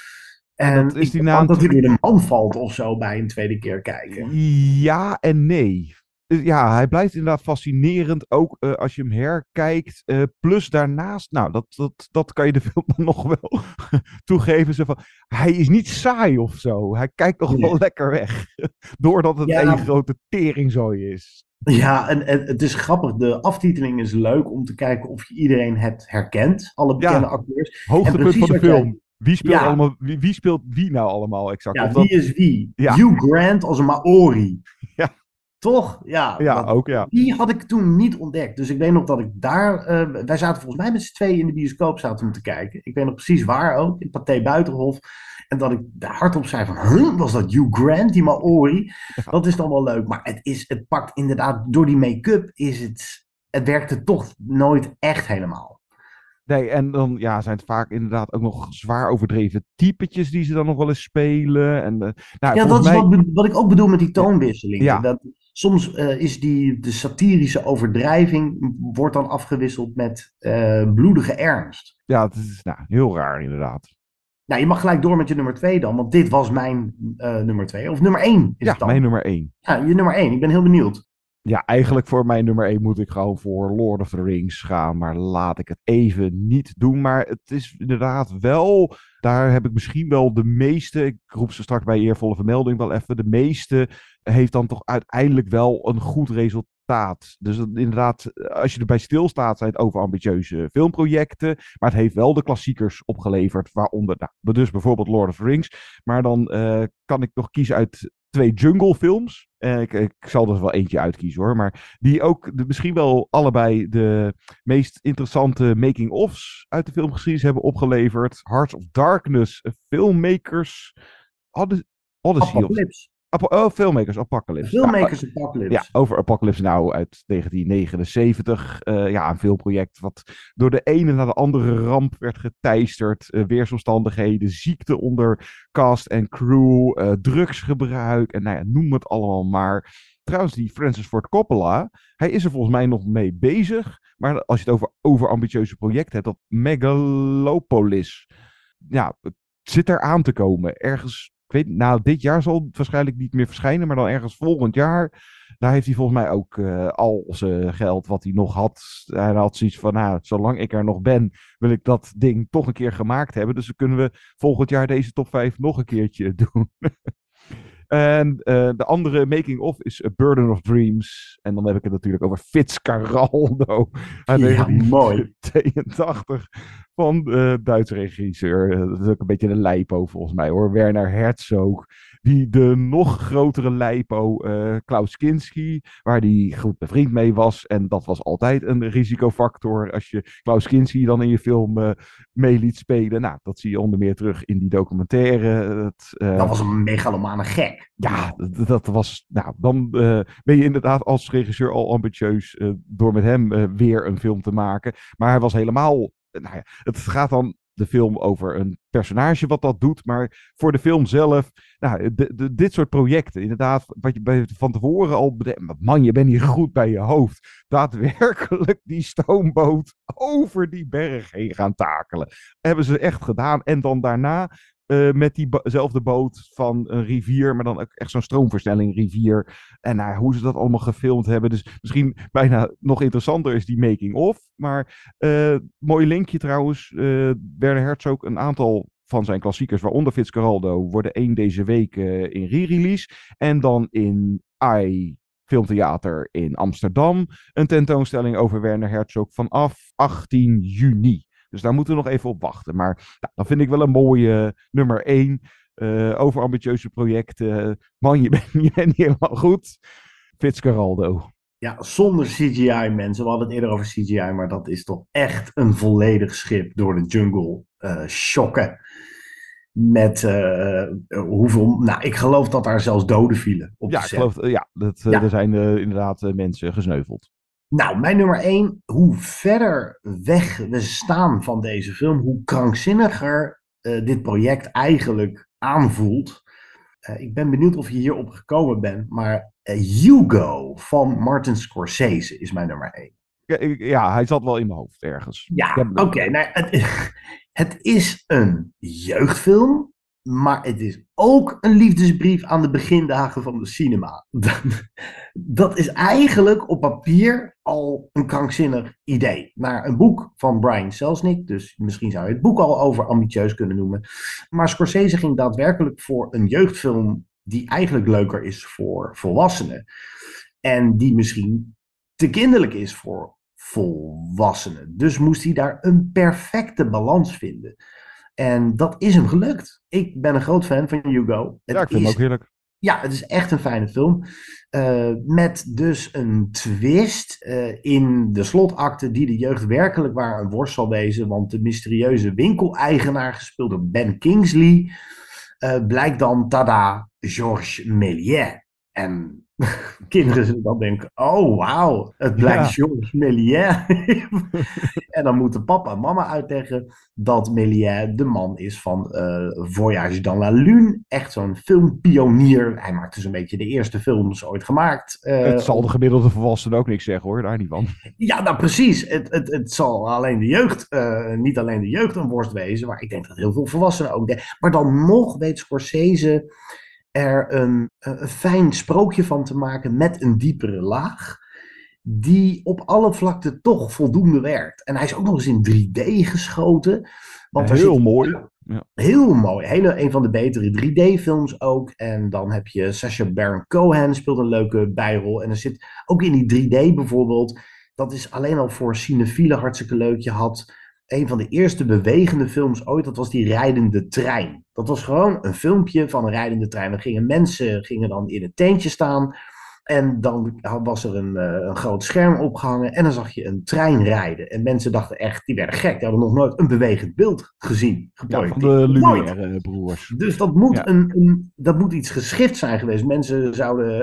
[SPEAKER 4] En
[SPEAKER 5] dat is die
[SPEAKER 4] naam dat hij door de man valt of zo bij een tweede keer kijken.
[SPEAKER 5] Ja en nee. Ja, hij blijft inderdaad fascinerend, ook als je hem herkijkt. Plus daarnaast, dat kan je de film dan nog wel toegeven. Zo van, hij is niet saai of zo. Hij kijkt toch wel lekker weg. Doordat het een grote teringzooi is.
[SPEAKER 4] Ja, en het is grappig. De aftiteling is leuk om te kijken of je iedereen hebt herkend. Alle bekende acteurs.
[SPEAKER 5] Hoogtepunt van de film. Wie speelt,
[SPEAKER 4] Ja.
[SPEAKER 5] allemaal, wie speelt wie nou allemaal exact?
[SPEAKER 4] Ja,
[SPEAKER 5] Of
[SPEAKER 4] wie
[SPEAKER 5] dat...
[SPEAKER 4] is wie?
[SPEAKER 5] Ja.
[SPEAKER 4] Hugh Grant als een Maori.
[SPEAKER 5] Ja.
[SPEAKER 4] Toch? Ja,
[SPEAKER 5] Ja, ook ja.
[SPEAKER 4] Die had ik toen niet ontdekt. Dus ik weet nog dat ik daar... wij zaten volgens mij met z'n tweeën in de bioscoop zaten om te kijken. Ik weet nog precies waar ook. In Pathé Buitenhof. En dat ik daar hardop zei van... Huh, was dat Hugh Grant, die Maori?
[SPEAKER 5] Ja.
[SPEAKER 4] Dat is dan wel leuk. Maar het pakt inderdaad... Door die make-up is het... Het werkte toch nooit echt helemaal.
[SPEAKER 5] Nee, en dan zijn het vaak inderdaad ook nog zwaar overdreven typetjes die ze dan nog wel eens spelen. En, nou,
[SPEAKER 4] Ja, dat is
[SPEAKER 5] mij...
[SPEAKER 4] wat ik ook bedoel met die toonwisseling.
[SPEAKER 5] Ja.
[SPEAKER 4] Dat, soms is de satirische overdrijving wordt dan afgewisseld met bloedige ernst.
[SPEAKER 5] Ja, het is heel raar inderdaad.
[SPEAKER 4] Nou, je mag gelijk door met je nummer 2 dan, want dit was mijn nummer 2. Of nummer 1 is het dan.
[SPEAKER 5] Mijn nummer 1.
[SPEAKER 4] Ja, je nummer 1. Ik ben heel benieuwd.
[SPEAKER 5] Ja, eigenlijk voor mijn nummer 1 moet ik gewoon voor Lord of the Rings gaan. Maar laat ik het even niet doen. Maar het is inderdaad wel... Daar heb ik misschien wel de meeste... Ik roep ze straks bij eervolle vermelding wel even. De meeste heeft dan toch uiteindelijk wel een goed resultaat. Dus inderdaad, als je erbij stilstaat, zijn het overambitieuze filmprojecten. Maar het heeft wel de klassiekers opgeleverd. Waaronder dus bijvoorbeeld Lord of the Rings. Maar dan kan ik nog kiezen uit 2 jungle films. Ik zal er wel eentje uitkiezen hoor. Maar die ook misschien wel allebei de meest interessante making-ofs uit de filmgeschiedenis hebben opgeleverd. Hearts of Darkness, Filmmakers Odyssey.
[SPEAKER 4] Apocalypse.
[SPEAKER 5] Filmmakers Apocalypse.
[SPEAKER 4] Filmmakers Apocalypse.
[SPEAKER 5] Ja, over Apocalypse Now uit 1979. Een filmproject wat door de ene naar de andere ramp werd geteisterd. Weersomstandigheden, ziekte onder cast en crew, drugsgebruik en noem het allemaal maar. Trouwens, die Francis Ford Coppola, hij is er volgens mij nog mee bezig. Maar als je het over ambitieuze projecten hebt, dat Megalopolis, het zit er aan te komen. Ergens, ik weet, dit jaar zal het waarschijnlijk niet meer verschijnen, maar dan ergens volgend jaar. Daar heeft hij volgens mij ook al zijn geld wat hij nog had. Hij had zoiets van, zolang ik er nog ben, wil ik dat ding toch een keer gemaakt hebben. Dus dan kunnen we volgend jaar deze top 5 nog een keertje doen. En de andere making-of is A Burden of Dreams. En dan heb ik het natuurlijk over Fitzcarraldo.
[SPEAKER 4] Ja, mooi.
[SPEAKER 5] 82 van de Duitse regisseur. Dat is ook een beetje een lijpo volgens mij hoor. Werner Herzog. Die de nog grotere lijpo Klaus Kinski. Waar die goed bevriend mee was. En dat was altijd een risicofactor. Als je Klaus Kinski dan in je film mee liet spelen. Nou, dat zie je onder meer terug in die documentaire.
[SPEAKER 4] Dat was een megalomane gek.
[SPEAKER 5] Ja, dat was... Nou, dan ben je inderdaad als regisseur al ambitieus door met hem weer een film te maken. Maar hij was helemaal... het gaat dan de film over een personage wat dat doet. Maar voor de film zelf... dit soort projecten, inderdaad, wat je van tevoren al bedenkt. Man, je bent hier goed bij je hoofd. Daadwerkelijk die stoomboot over die berg heen gaan takelen. Hebben ze echt gedaan. En dan daarna... met diezelfde boot van een rivier, maar dan ook echt zo'n stroomversnelling rivier. En hoe ze dat allemaal gefilmd hebben. Dus misschien bijna nog interessanter is die making-of. Maar mooi linkje trouwens. Werner Herzog, een aantal van zijn klassiekers, waaronder Fitzcarraldo, worden 1 deze week in re-release. En dan in AI Filmtheater in Amsterdam een tentoonstelling over Werner Herzog vanaf 18 juni. Dus daar moeten we nog even op wachten. Maar dan vind ik wel een mooie nummer 1. Over ambitieuze projecten. Man, je bent niet helemaal goed. Fitzcarraldo.
[SPEAKER 4] Ja, zonder CGI mensen. We hadden het eerder over CGI. Maar dat is toch echt een volledig schip door de jungle shocken. Met hoeveel... Nou, ik geloof dat daar zelfs doden vielen op de set.
[SPEAKER 5] Ik geloof, er zijn inderdaad mensen gesneuveld.
[SPEAKER 4] Nou, mijn nummer 1. Hoe verder weg we staan van deze film, hoe krankzinniger dit project eigenlijk aanvoelt. Ik ben benieuwd of je hierop gekomen bent, maar Hugo van Martin Scorsese is mijn nummer 1.
[SPEAKER 5] Ja, hij zat wel in mijn hoofd ergens.
[SPEAKER 4] Ja, oké. Nou, het is een jeugdfilm, maar het is ook een liefdesbrief aan de begindagen van de cinema. Dat is eigenlijk op papier al een krankzinnig idee. Naar een boek van Brian Selznick, dus misschien zou je het boek al over ambitieus kunnen noemen. Maar Scorsese ging daadwerkelijk voor een jeugdfilm die eigenlijk leuker is voor volwassenen. En die misschien te kinderlijk is voor volwassenen. Dus moest hij daar een perfecte balans vinden. En dat is hem gelukt. Ik ben een groot fan van Hugo.
[SPEAKER 5] Ja, ik vind hem ook heerlijk.
[SPEAKER 4] Ja, het is echt een fijne film. Met dus een twist in de slotakte die de jeugd werkelijk waar een worst zal wezen. Want de mysterieuze winkeleigenaar, gespeeld door Ben Kingsley, blijkt dan, tada, Georges Méliès. En kinderen zullen dan denken, oh wauw, het blijkt Georges Méliès. En dan moeten papa en mama uitleggen dat Méliès de man is van Voyage dans la Lune. Echt zo'n filmpionier. Hij maakte zo'n beetje de eerste films ooit gemaakt.
[SPEAKER 5] Het zal de gemiddelde volwassene ook niks zeggen hoor, daar niet van.
[SPEAKER 4] Ja, nou precies. Het zal alleen de jeugd, niet alleen de jeugd een worst wezen, maar ik denk dat heel veel volwassenen ook denken. Maar dan nog weet Scorsese er een fijn sprookje van te maken met een diepere laag, die op alle vlakten toch voldoende werkt. En hij is ook nog eens in 3D geschoten. Want
[SPEAKER 5] heel mooi. Ja.
[SPEAKER 4] Heel mooi. Een van de betere 3D-films ook. En dan heb je Sacha Baron Cohen, speelt een leuke bijrol. En er zit ook in die 3D bijvoorbeeld, dat is alleen al voor cinefielen hartstikke leuk. Je had een van de eerste bewegende films ooit, dat was die rijdende trein. Dat was gewoon een filmpje van een rijdende trein. Mensen gingen dan in een tentje staan en dan was er een groot scherm opgehangen en dan zag je een trein rijden. En mensen dachten echt, die werden gek. Die hadden nog nooit een bewegend beeld gezien.
[SPEAKER 5] Ja, van de Lumière-broers.
[SPEAKER 4] Dus dat moet, dat moet iets geschikt zijn geweest. Mensen zouden,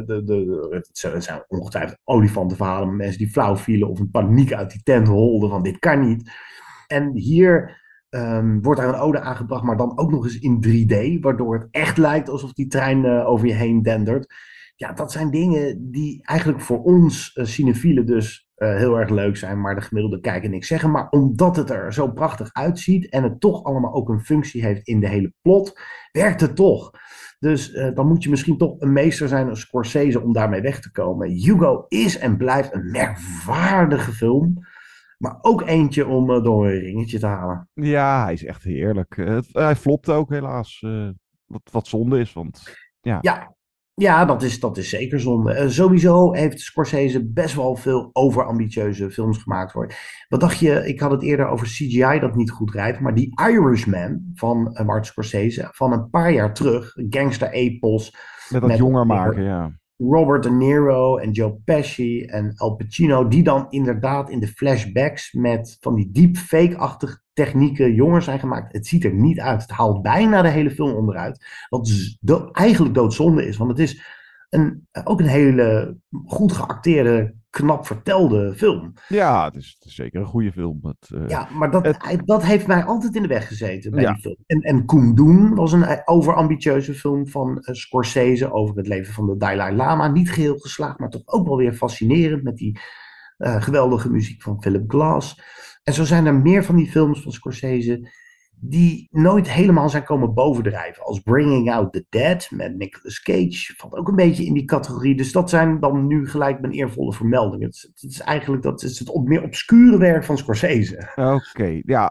[SPEAKER 4] het zijn ongetwijfeld olifantenverhalen, maar mensen die flauw vielen of in paniek uit die tent holden van dit kan niet. En hier wordt daar een ode aangebracht, maar dan ook nog eens in 3D, waardoor het echt lijkt alsof die trein over je heen dendert. Ja, dat zijn dingen die eigenlijk voor ons cinefielen dus heel erg leuk zijn, maar de gemiddelde kijker niks zeggen. Maar omdat het er zo prachtig uitziet en het toch allemaal ook een functie heeft in de hele plot, werkt het toch. Dus dan moet je misschien toch een meester zijn, een Scorsese, om daarmee weg te komen. Hugo is en blijft een merkwaardige film. Maar ook eentje om door een ringetje te halen.
[SPEAKER 5] Ja, hij is echt heerlijk. Hij flopt ook helaas. Wat zonde is, want
[SPEAKER 4] Ja, dat is zeker zonde. Sowieso heeft Scorsese best wel veel overambitieuze films gemaakt. Hoor. Wat dacht je, ik had het eerder over CGI dat niet goed rijdt. Maar die Irishman van Martin Scorsese van een paar jaar terug. Gangster-epos.
[SPEAKER 5] Met dat jonger maken, ja.
[SPEAKER 4] Robert De Niro en Joe Pesci en Al Pacino, die dan inderdaad in de flashbacks met van die deepfake-achtige technieken jonger zijn gemaakt. Het ziet er niet uit. Het haalt bijna de hele film onderuit. Wat eigenlijk doodzonde is, want het is ook een hele goed geacteerde, knap vertelde film.
[SPEAKER 5] Ja, het is zeker een goede film.
[SPEAKER 4] Ja, maar dat heeft mij altijd in de weg gezeten bij die film. En Kundun was een overambitieuze film van Scorsese over het leven van de Dalai Lama. Niet geheel geslaagd, maar toch ook wel weer fascinerend met die geweldige muziek van Philip Glass. En zo zijn er meer van die films van Scorsese die nooit helemaal zijn komen bovendrijven. Als Bringing Out the Dead met Nicolas Cage valt ook een beetje in die categorie. Dus dat zijn dan nu gelijk mijn eervolle vermeldingen. Het is eigenlijk het meer obscure werk van Scorsese.
[SPEAKER 5] Oké, ja,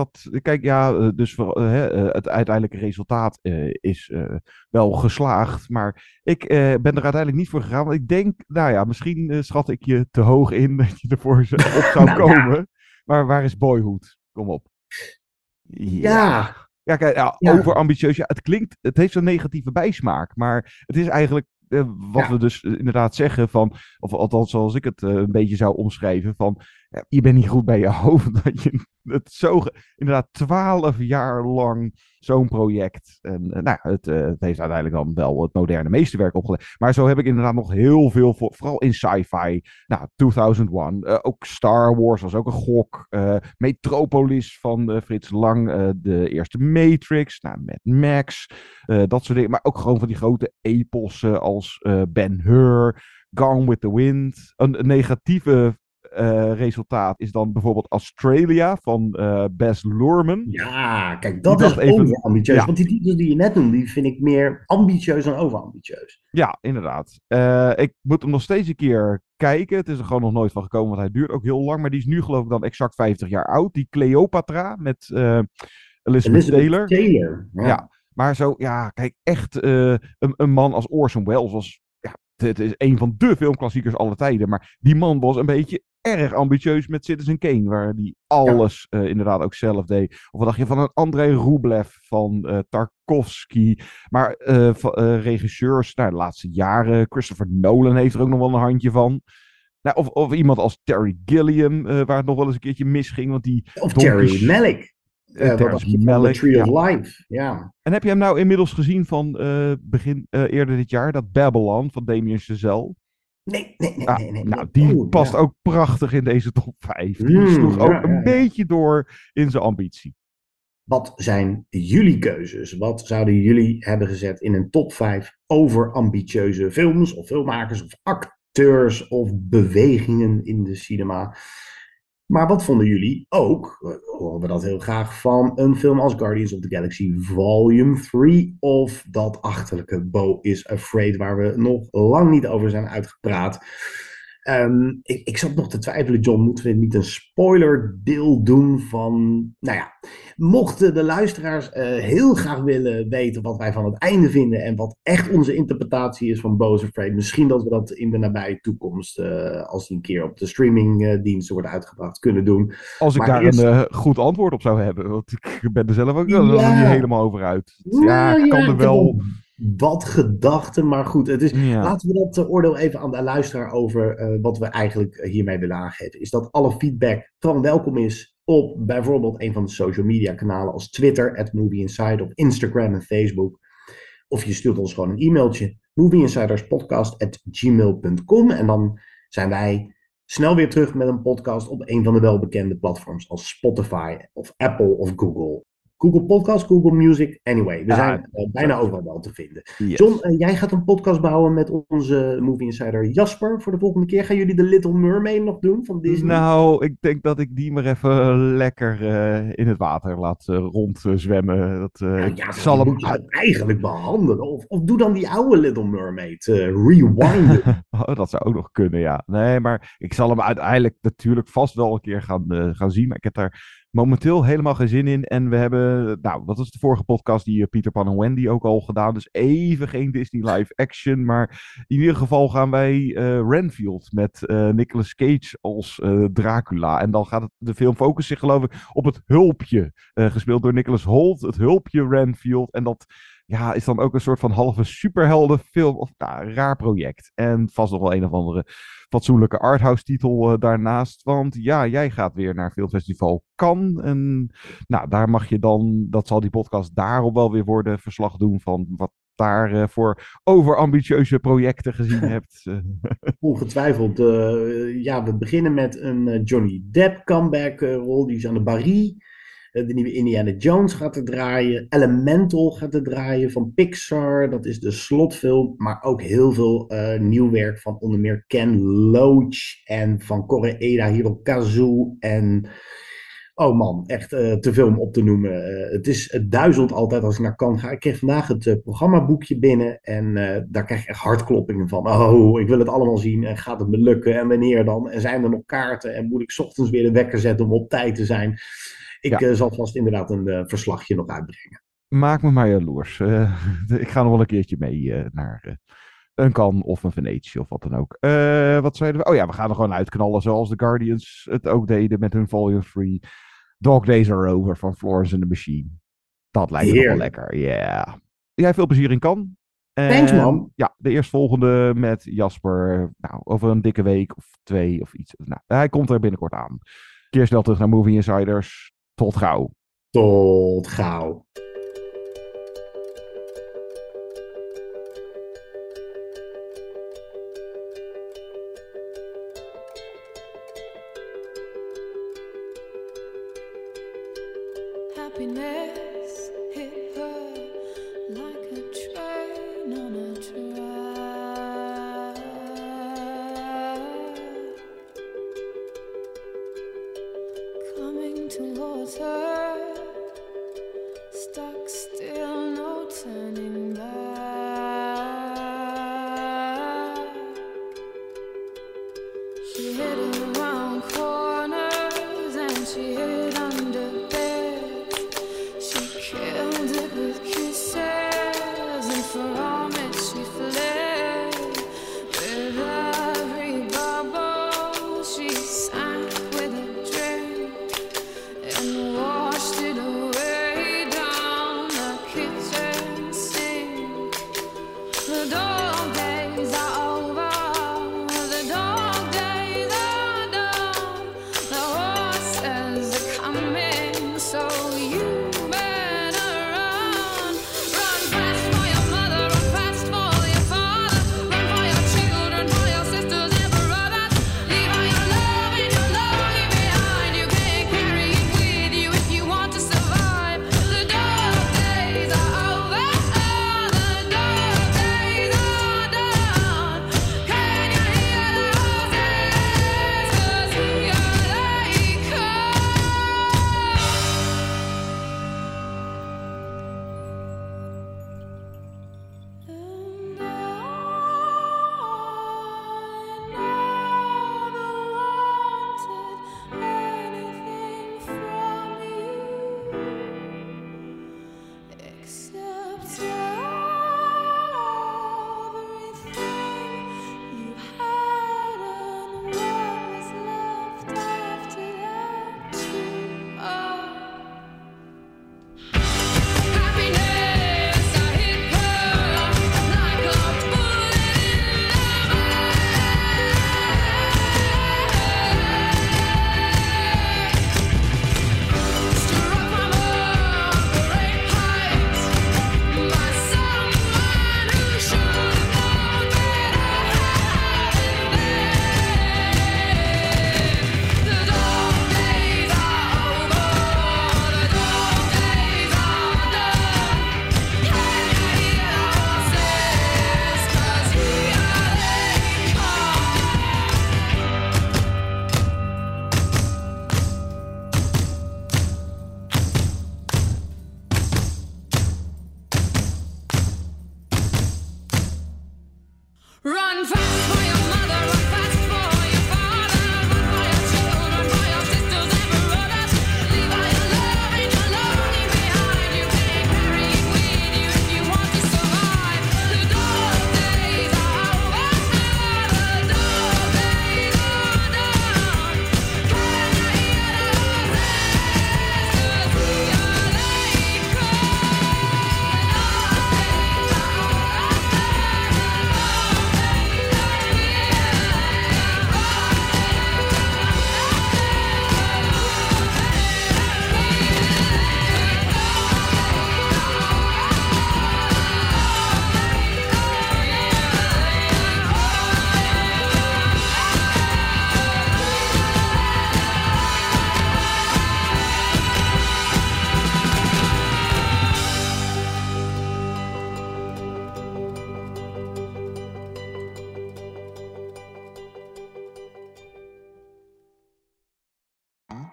[SPEAKER 5] dus het uiteindelijke resultaat is wel geslaagd. Maar ik ben er uiteindelijk niet voor gegaan. Want ik denk, misschien schat ik je te hoog in dat je ervoor op zou komen. Ja. Maar waar is Boyhood? Kom op. Ja, kijk, overambitieus. Ja, het heeft een negatieve bijsmaak. Maar het is eigenlijk wat we dus inderdaad zeggen van, of althans zoals ik het een beetje zou omschrijven, van je bent niet goed bij je hoofd. Dat je het zo, inderdaad 12 jaar lang zo'n project. En het heeft uiteindelijk dan wel het moderne meesterwerk opgeleverd. Maar zo heb ik inderdaad nog heel veel, vooral in sci-fi. 2001, ook Star Wars was ook een gok. Metropolis van Frits Lang, de eerste Matrix, Mad Max, dat soort dingen. Maar ook gewoon van die grote epossen als Ben-Hur, Gone with the Wind. Een negatieve resultaat is dan bijvoorbeeld Australia van Baz Luhrmann.
[SPEAKER 4] Ja, kijk, dat is overambitieus. Ja. Want die titels die je net noemde, die vind ik meer ambitieus dan overambitieus.
[SPEAKER 5] Ja, inderdaad. Ik moet hem nog steeds een keer kijken. Het is er gewoon nog nooit van gekomen, want hij duurt ook heel lang. Maar die is nu geloof ik dan exact 50 jaar oud. Die Cleopatra met Elizabeth Taylor.
[SPEAKER 4] Ja.
[SPEAKER 5] Maar zo, kijk, echt een man als Orson Welles was het is een van de filmklassiekers aller tijden. Maar die man was een beetje erg ambitieus met Citizen Kane. Waar hij alles inderdaad ook zelf deed. Of wat dacht je van een Andrei Rublev, van Tarkovsky. Maar regisseurs, de laatste jaren. Christopher Nolan heeft er ook nog wel een handje van. Nou, of iemand als Terry Gilliam, waar het nog wel eens een keertje misging. Want die
[SPEAKER 4] of Terry Malick.
[SPEAKER 5] Terrence Malick,
[SPEAKER 4] The Tree of Life. Ja.
[SPEAKER 5] En heb je hem nou inmiddels gezien van eerder dit jaar? Dat Babylon van Damien Chazelle?
[SPEAKER 4] Nee.
[SPEAKER 5] Nou, die past ook prachtig in deze top 5. Die sloeg ook een beetje door in zijn ambitie.
[SPEAKER 4] Wat zijn jullie keuzes? Wat zouden jullie hebben gezet in een top 5 over ambitieuze films of filmmakers of acteurs of bewegingen in de cinema? Maar wat vonden jullie ook, horen we dat heel graag, van een film als Guardians of the Galaxy Volume 3 of dat achterlijke Beau is Afraid, waar we nog lang niet over zijn uitgepraat. Ik zat nog te twijfelen, John, moeten we niet een spoilerdeel doen van... Nou ja, mochten de luisteraars heel graag willen weten wat wij van het einde vinden en wat echt onze interpretatie is van Beau is Afraid, misschien dat we dat in de nabije toekomst, als die een keer op de streamingdiensten wordt uitgebracht, kunnen doen.
[SPEAKER 5] Als ik daar een goed antwoord op zou hebben, want ik ben er zelf ook wel niet helemaal over uit. Ja, ik kan er wel...
[SPEAKER 4] Wat gedachten, maar goed. Het is, laten we dat oordeel even aan de luisteraar over wat we eigenlijk hiermee willen aangeven. Is dat alle feedback gewoon welkom is op bijvoorbeeld een van de social media kanalen als Twitter, @MovieInsider, of Instagram en Facebook. Of je stuurt ons gewoon een e-mailtje, movieinsiderspodcast@gmail.com. En dan zijn wij snel weer terug met een podcast op een van de welbekende platforms als Spotify of Apple of Google. Google Podcast, Google Music, anyway. We zijn bijna overal wel te vinden. Yes. John, jij gaat een podcast bouwen met onze Movie Insider Jasper voor de volgende keer. Gaan jullie The Little Mermaid nog doen van Disney?
[SPEAKER 5] Nou, ik denk dat ik die maar even lekker in het water laat rondzwemmen.
[SPEAKER 4] Ik zal hem moet je eigenlijk behandelen. Of doe dan die oude Little Mermaid. Rewinden.
[SPEAKER 5] Dat zou ook nog kunnen, ja. Nee, maar ik zal hem uiteindelijk natuurlijk vast wel een keer gaan zien. Maar ik heb daar momenteel helemaal geen zin in. En we hebben, nou, dat is de vorige podcast die Peter Pan en Wendy ook al gedaan. Dus even geen Disney live action. Maar in ieder geval gaan wij Renfield met Nicolas Cage als Dracula. En dan gaat de film focussen zich geloof ik op het hulpje. Gespeeld door Nicholas Hoult. Het hulpje Renfield. En dat is dan ook een soort van halve superheldenfilm. Of een raar project. En vast nog wel een of andere fatsoenlijke arthouse titel daarnaast. Want jij gaat weer naar Filmfestival Cannes. En nou, daar mag je dan, dat zal die podcast daarop wel weer worden, verslag doen van wat daar voor overambitieuze projecten gezien hebt.
[SPEAKER 4] Ongetwijfeld. We beginnen met een Johnny Depp comeback rol. Die is aan de Barry. De nieuwe Indiana Jones gaat er draaien. Elemental gaat er draaien van Pixar. Dat is de slotfilm. Maar ook heel veel nieuw werk van onder meer Ken Loach. En van Koreeda Hirokazu. En oh man, echt te veel om op te noemen. Het duizelt altijd als ik naar Cannes ga. Ik kreeg vandaag het programmaboekje binnen. En daar krijg ik echt hartkloppingen van. Oh, ik wil het allemaal zien. En gaat het me lukken? En wanneer dan? En zijn er nog kaarten? En moet ik 's ochtends weer de wekker zetten om op tijd te zijn? Ik zal vast inderdaad een verslagje nog uitbrengen.
[SPEAKER 5] Maak me maar jaloers. Ik ga nog wel een keertje mee naar een Cannes of een Venetië of wat dan ook. Wat zeiden we? Oh ja, we gaan er gewoon uitknallen zoals de Guardians het ook deden met hun Volume 3. Dog Days Are Over van Florence and the Machine. Dat lijkt me nog wel lekker. Yeah. Jij veel plezier in Cannes.
[SPEAKER 4] Thanks man.
[SPEAKER 5] Ja, de eerstvolgende met Jasper. Nou, over een dikke week of 2 of iets. Nou, hij komt er binnenkort aan. Keer snel terug naar Movie Insiders. Tot gauw.
[SPEAKER 4] Tot gauw.
[SPEAKER 16] Happiness hit her like a train on a track. Coming towards her, stuck still, no turning back. She hid around corners and she hid under beds. She killed it with kisses and from it she fled.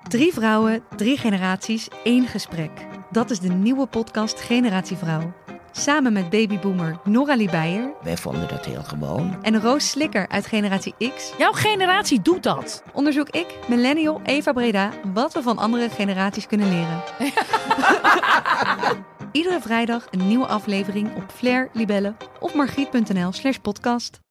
[SPEAKER 1] 3 vrouwen, 3 generaties, 1 gesprek. Dat is de nieuwe podcast Generatie Vrouw. Samen met babyboomer Noralie Beijer.
[SPEAKER 2] Wij vonden dat heel gewoon.
[SPEAKER 1] En Roos Slikker uit Generatie X.
[SPEAKER 17] Jouw generatie doet dat.
[SPEAKER 1] Onderzoek ik, millennial Eva Breda, wat we van andere generaties kunnen leren. Iedere vrijdag een nieuwe aflevering op Flair, Libelle of margriet.nl/podcast.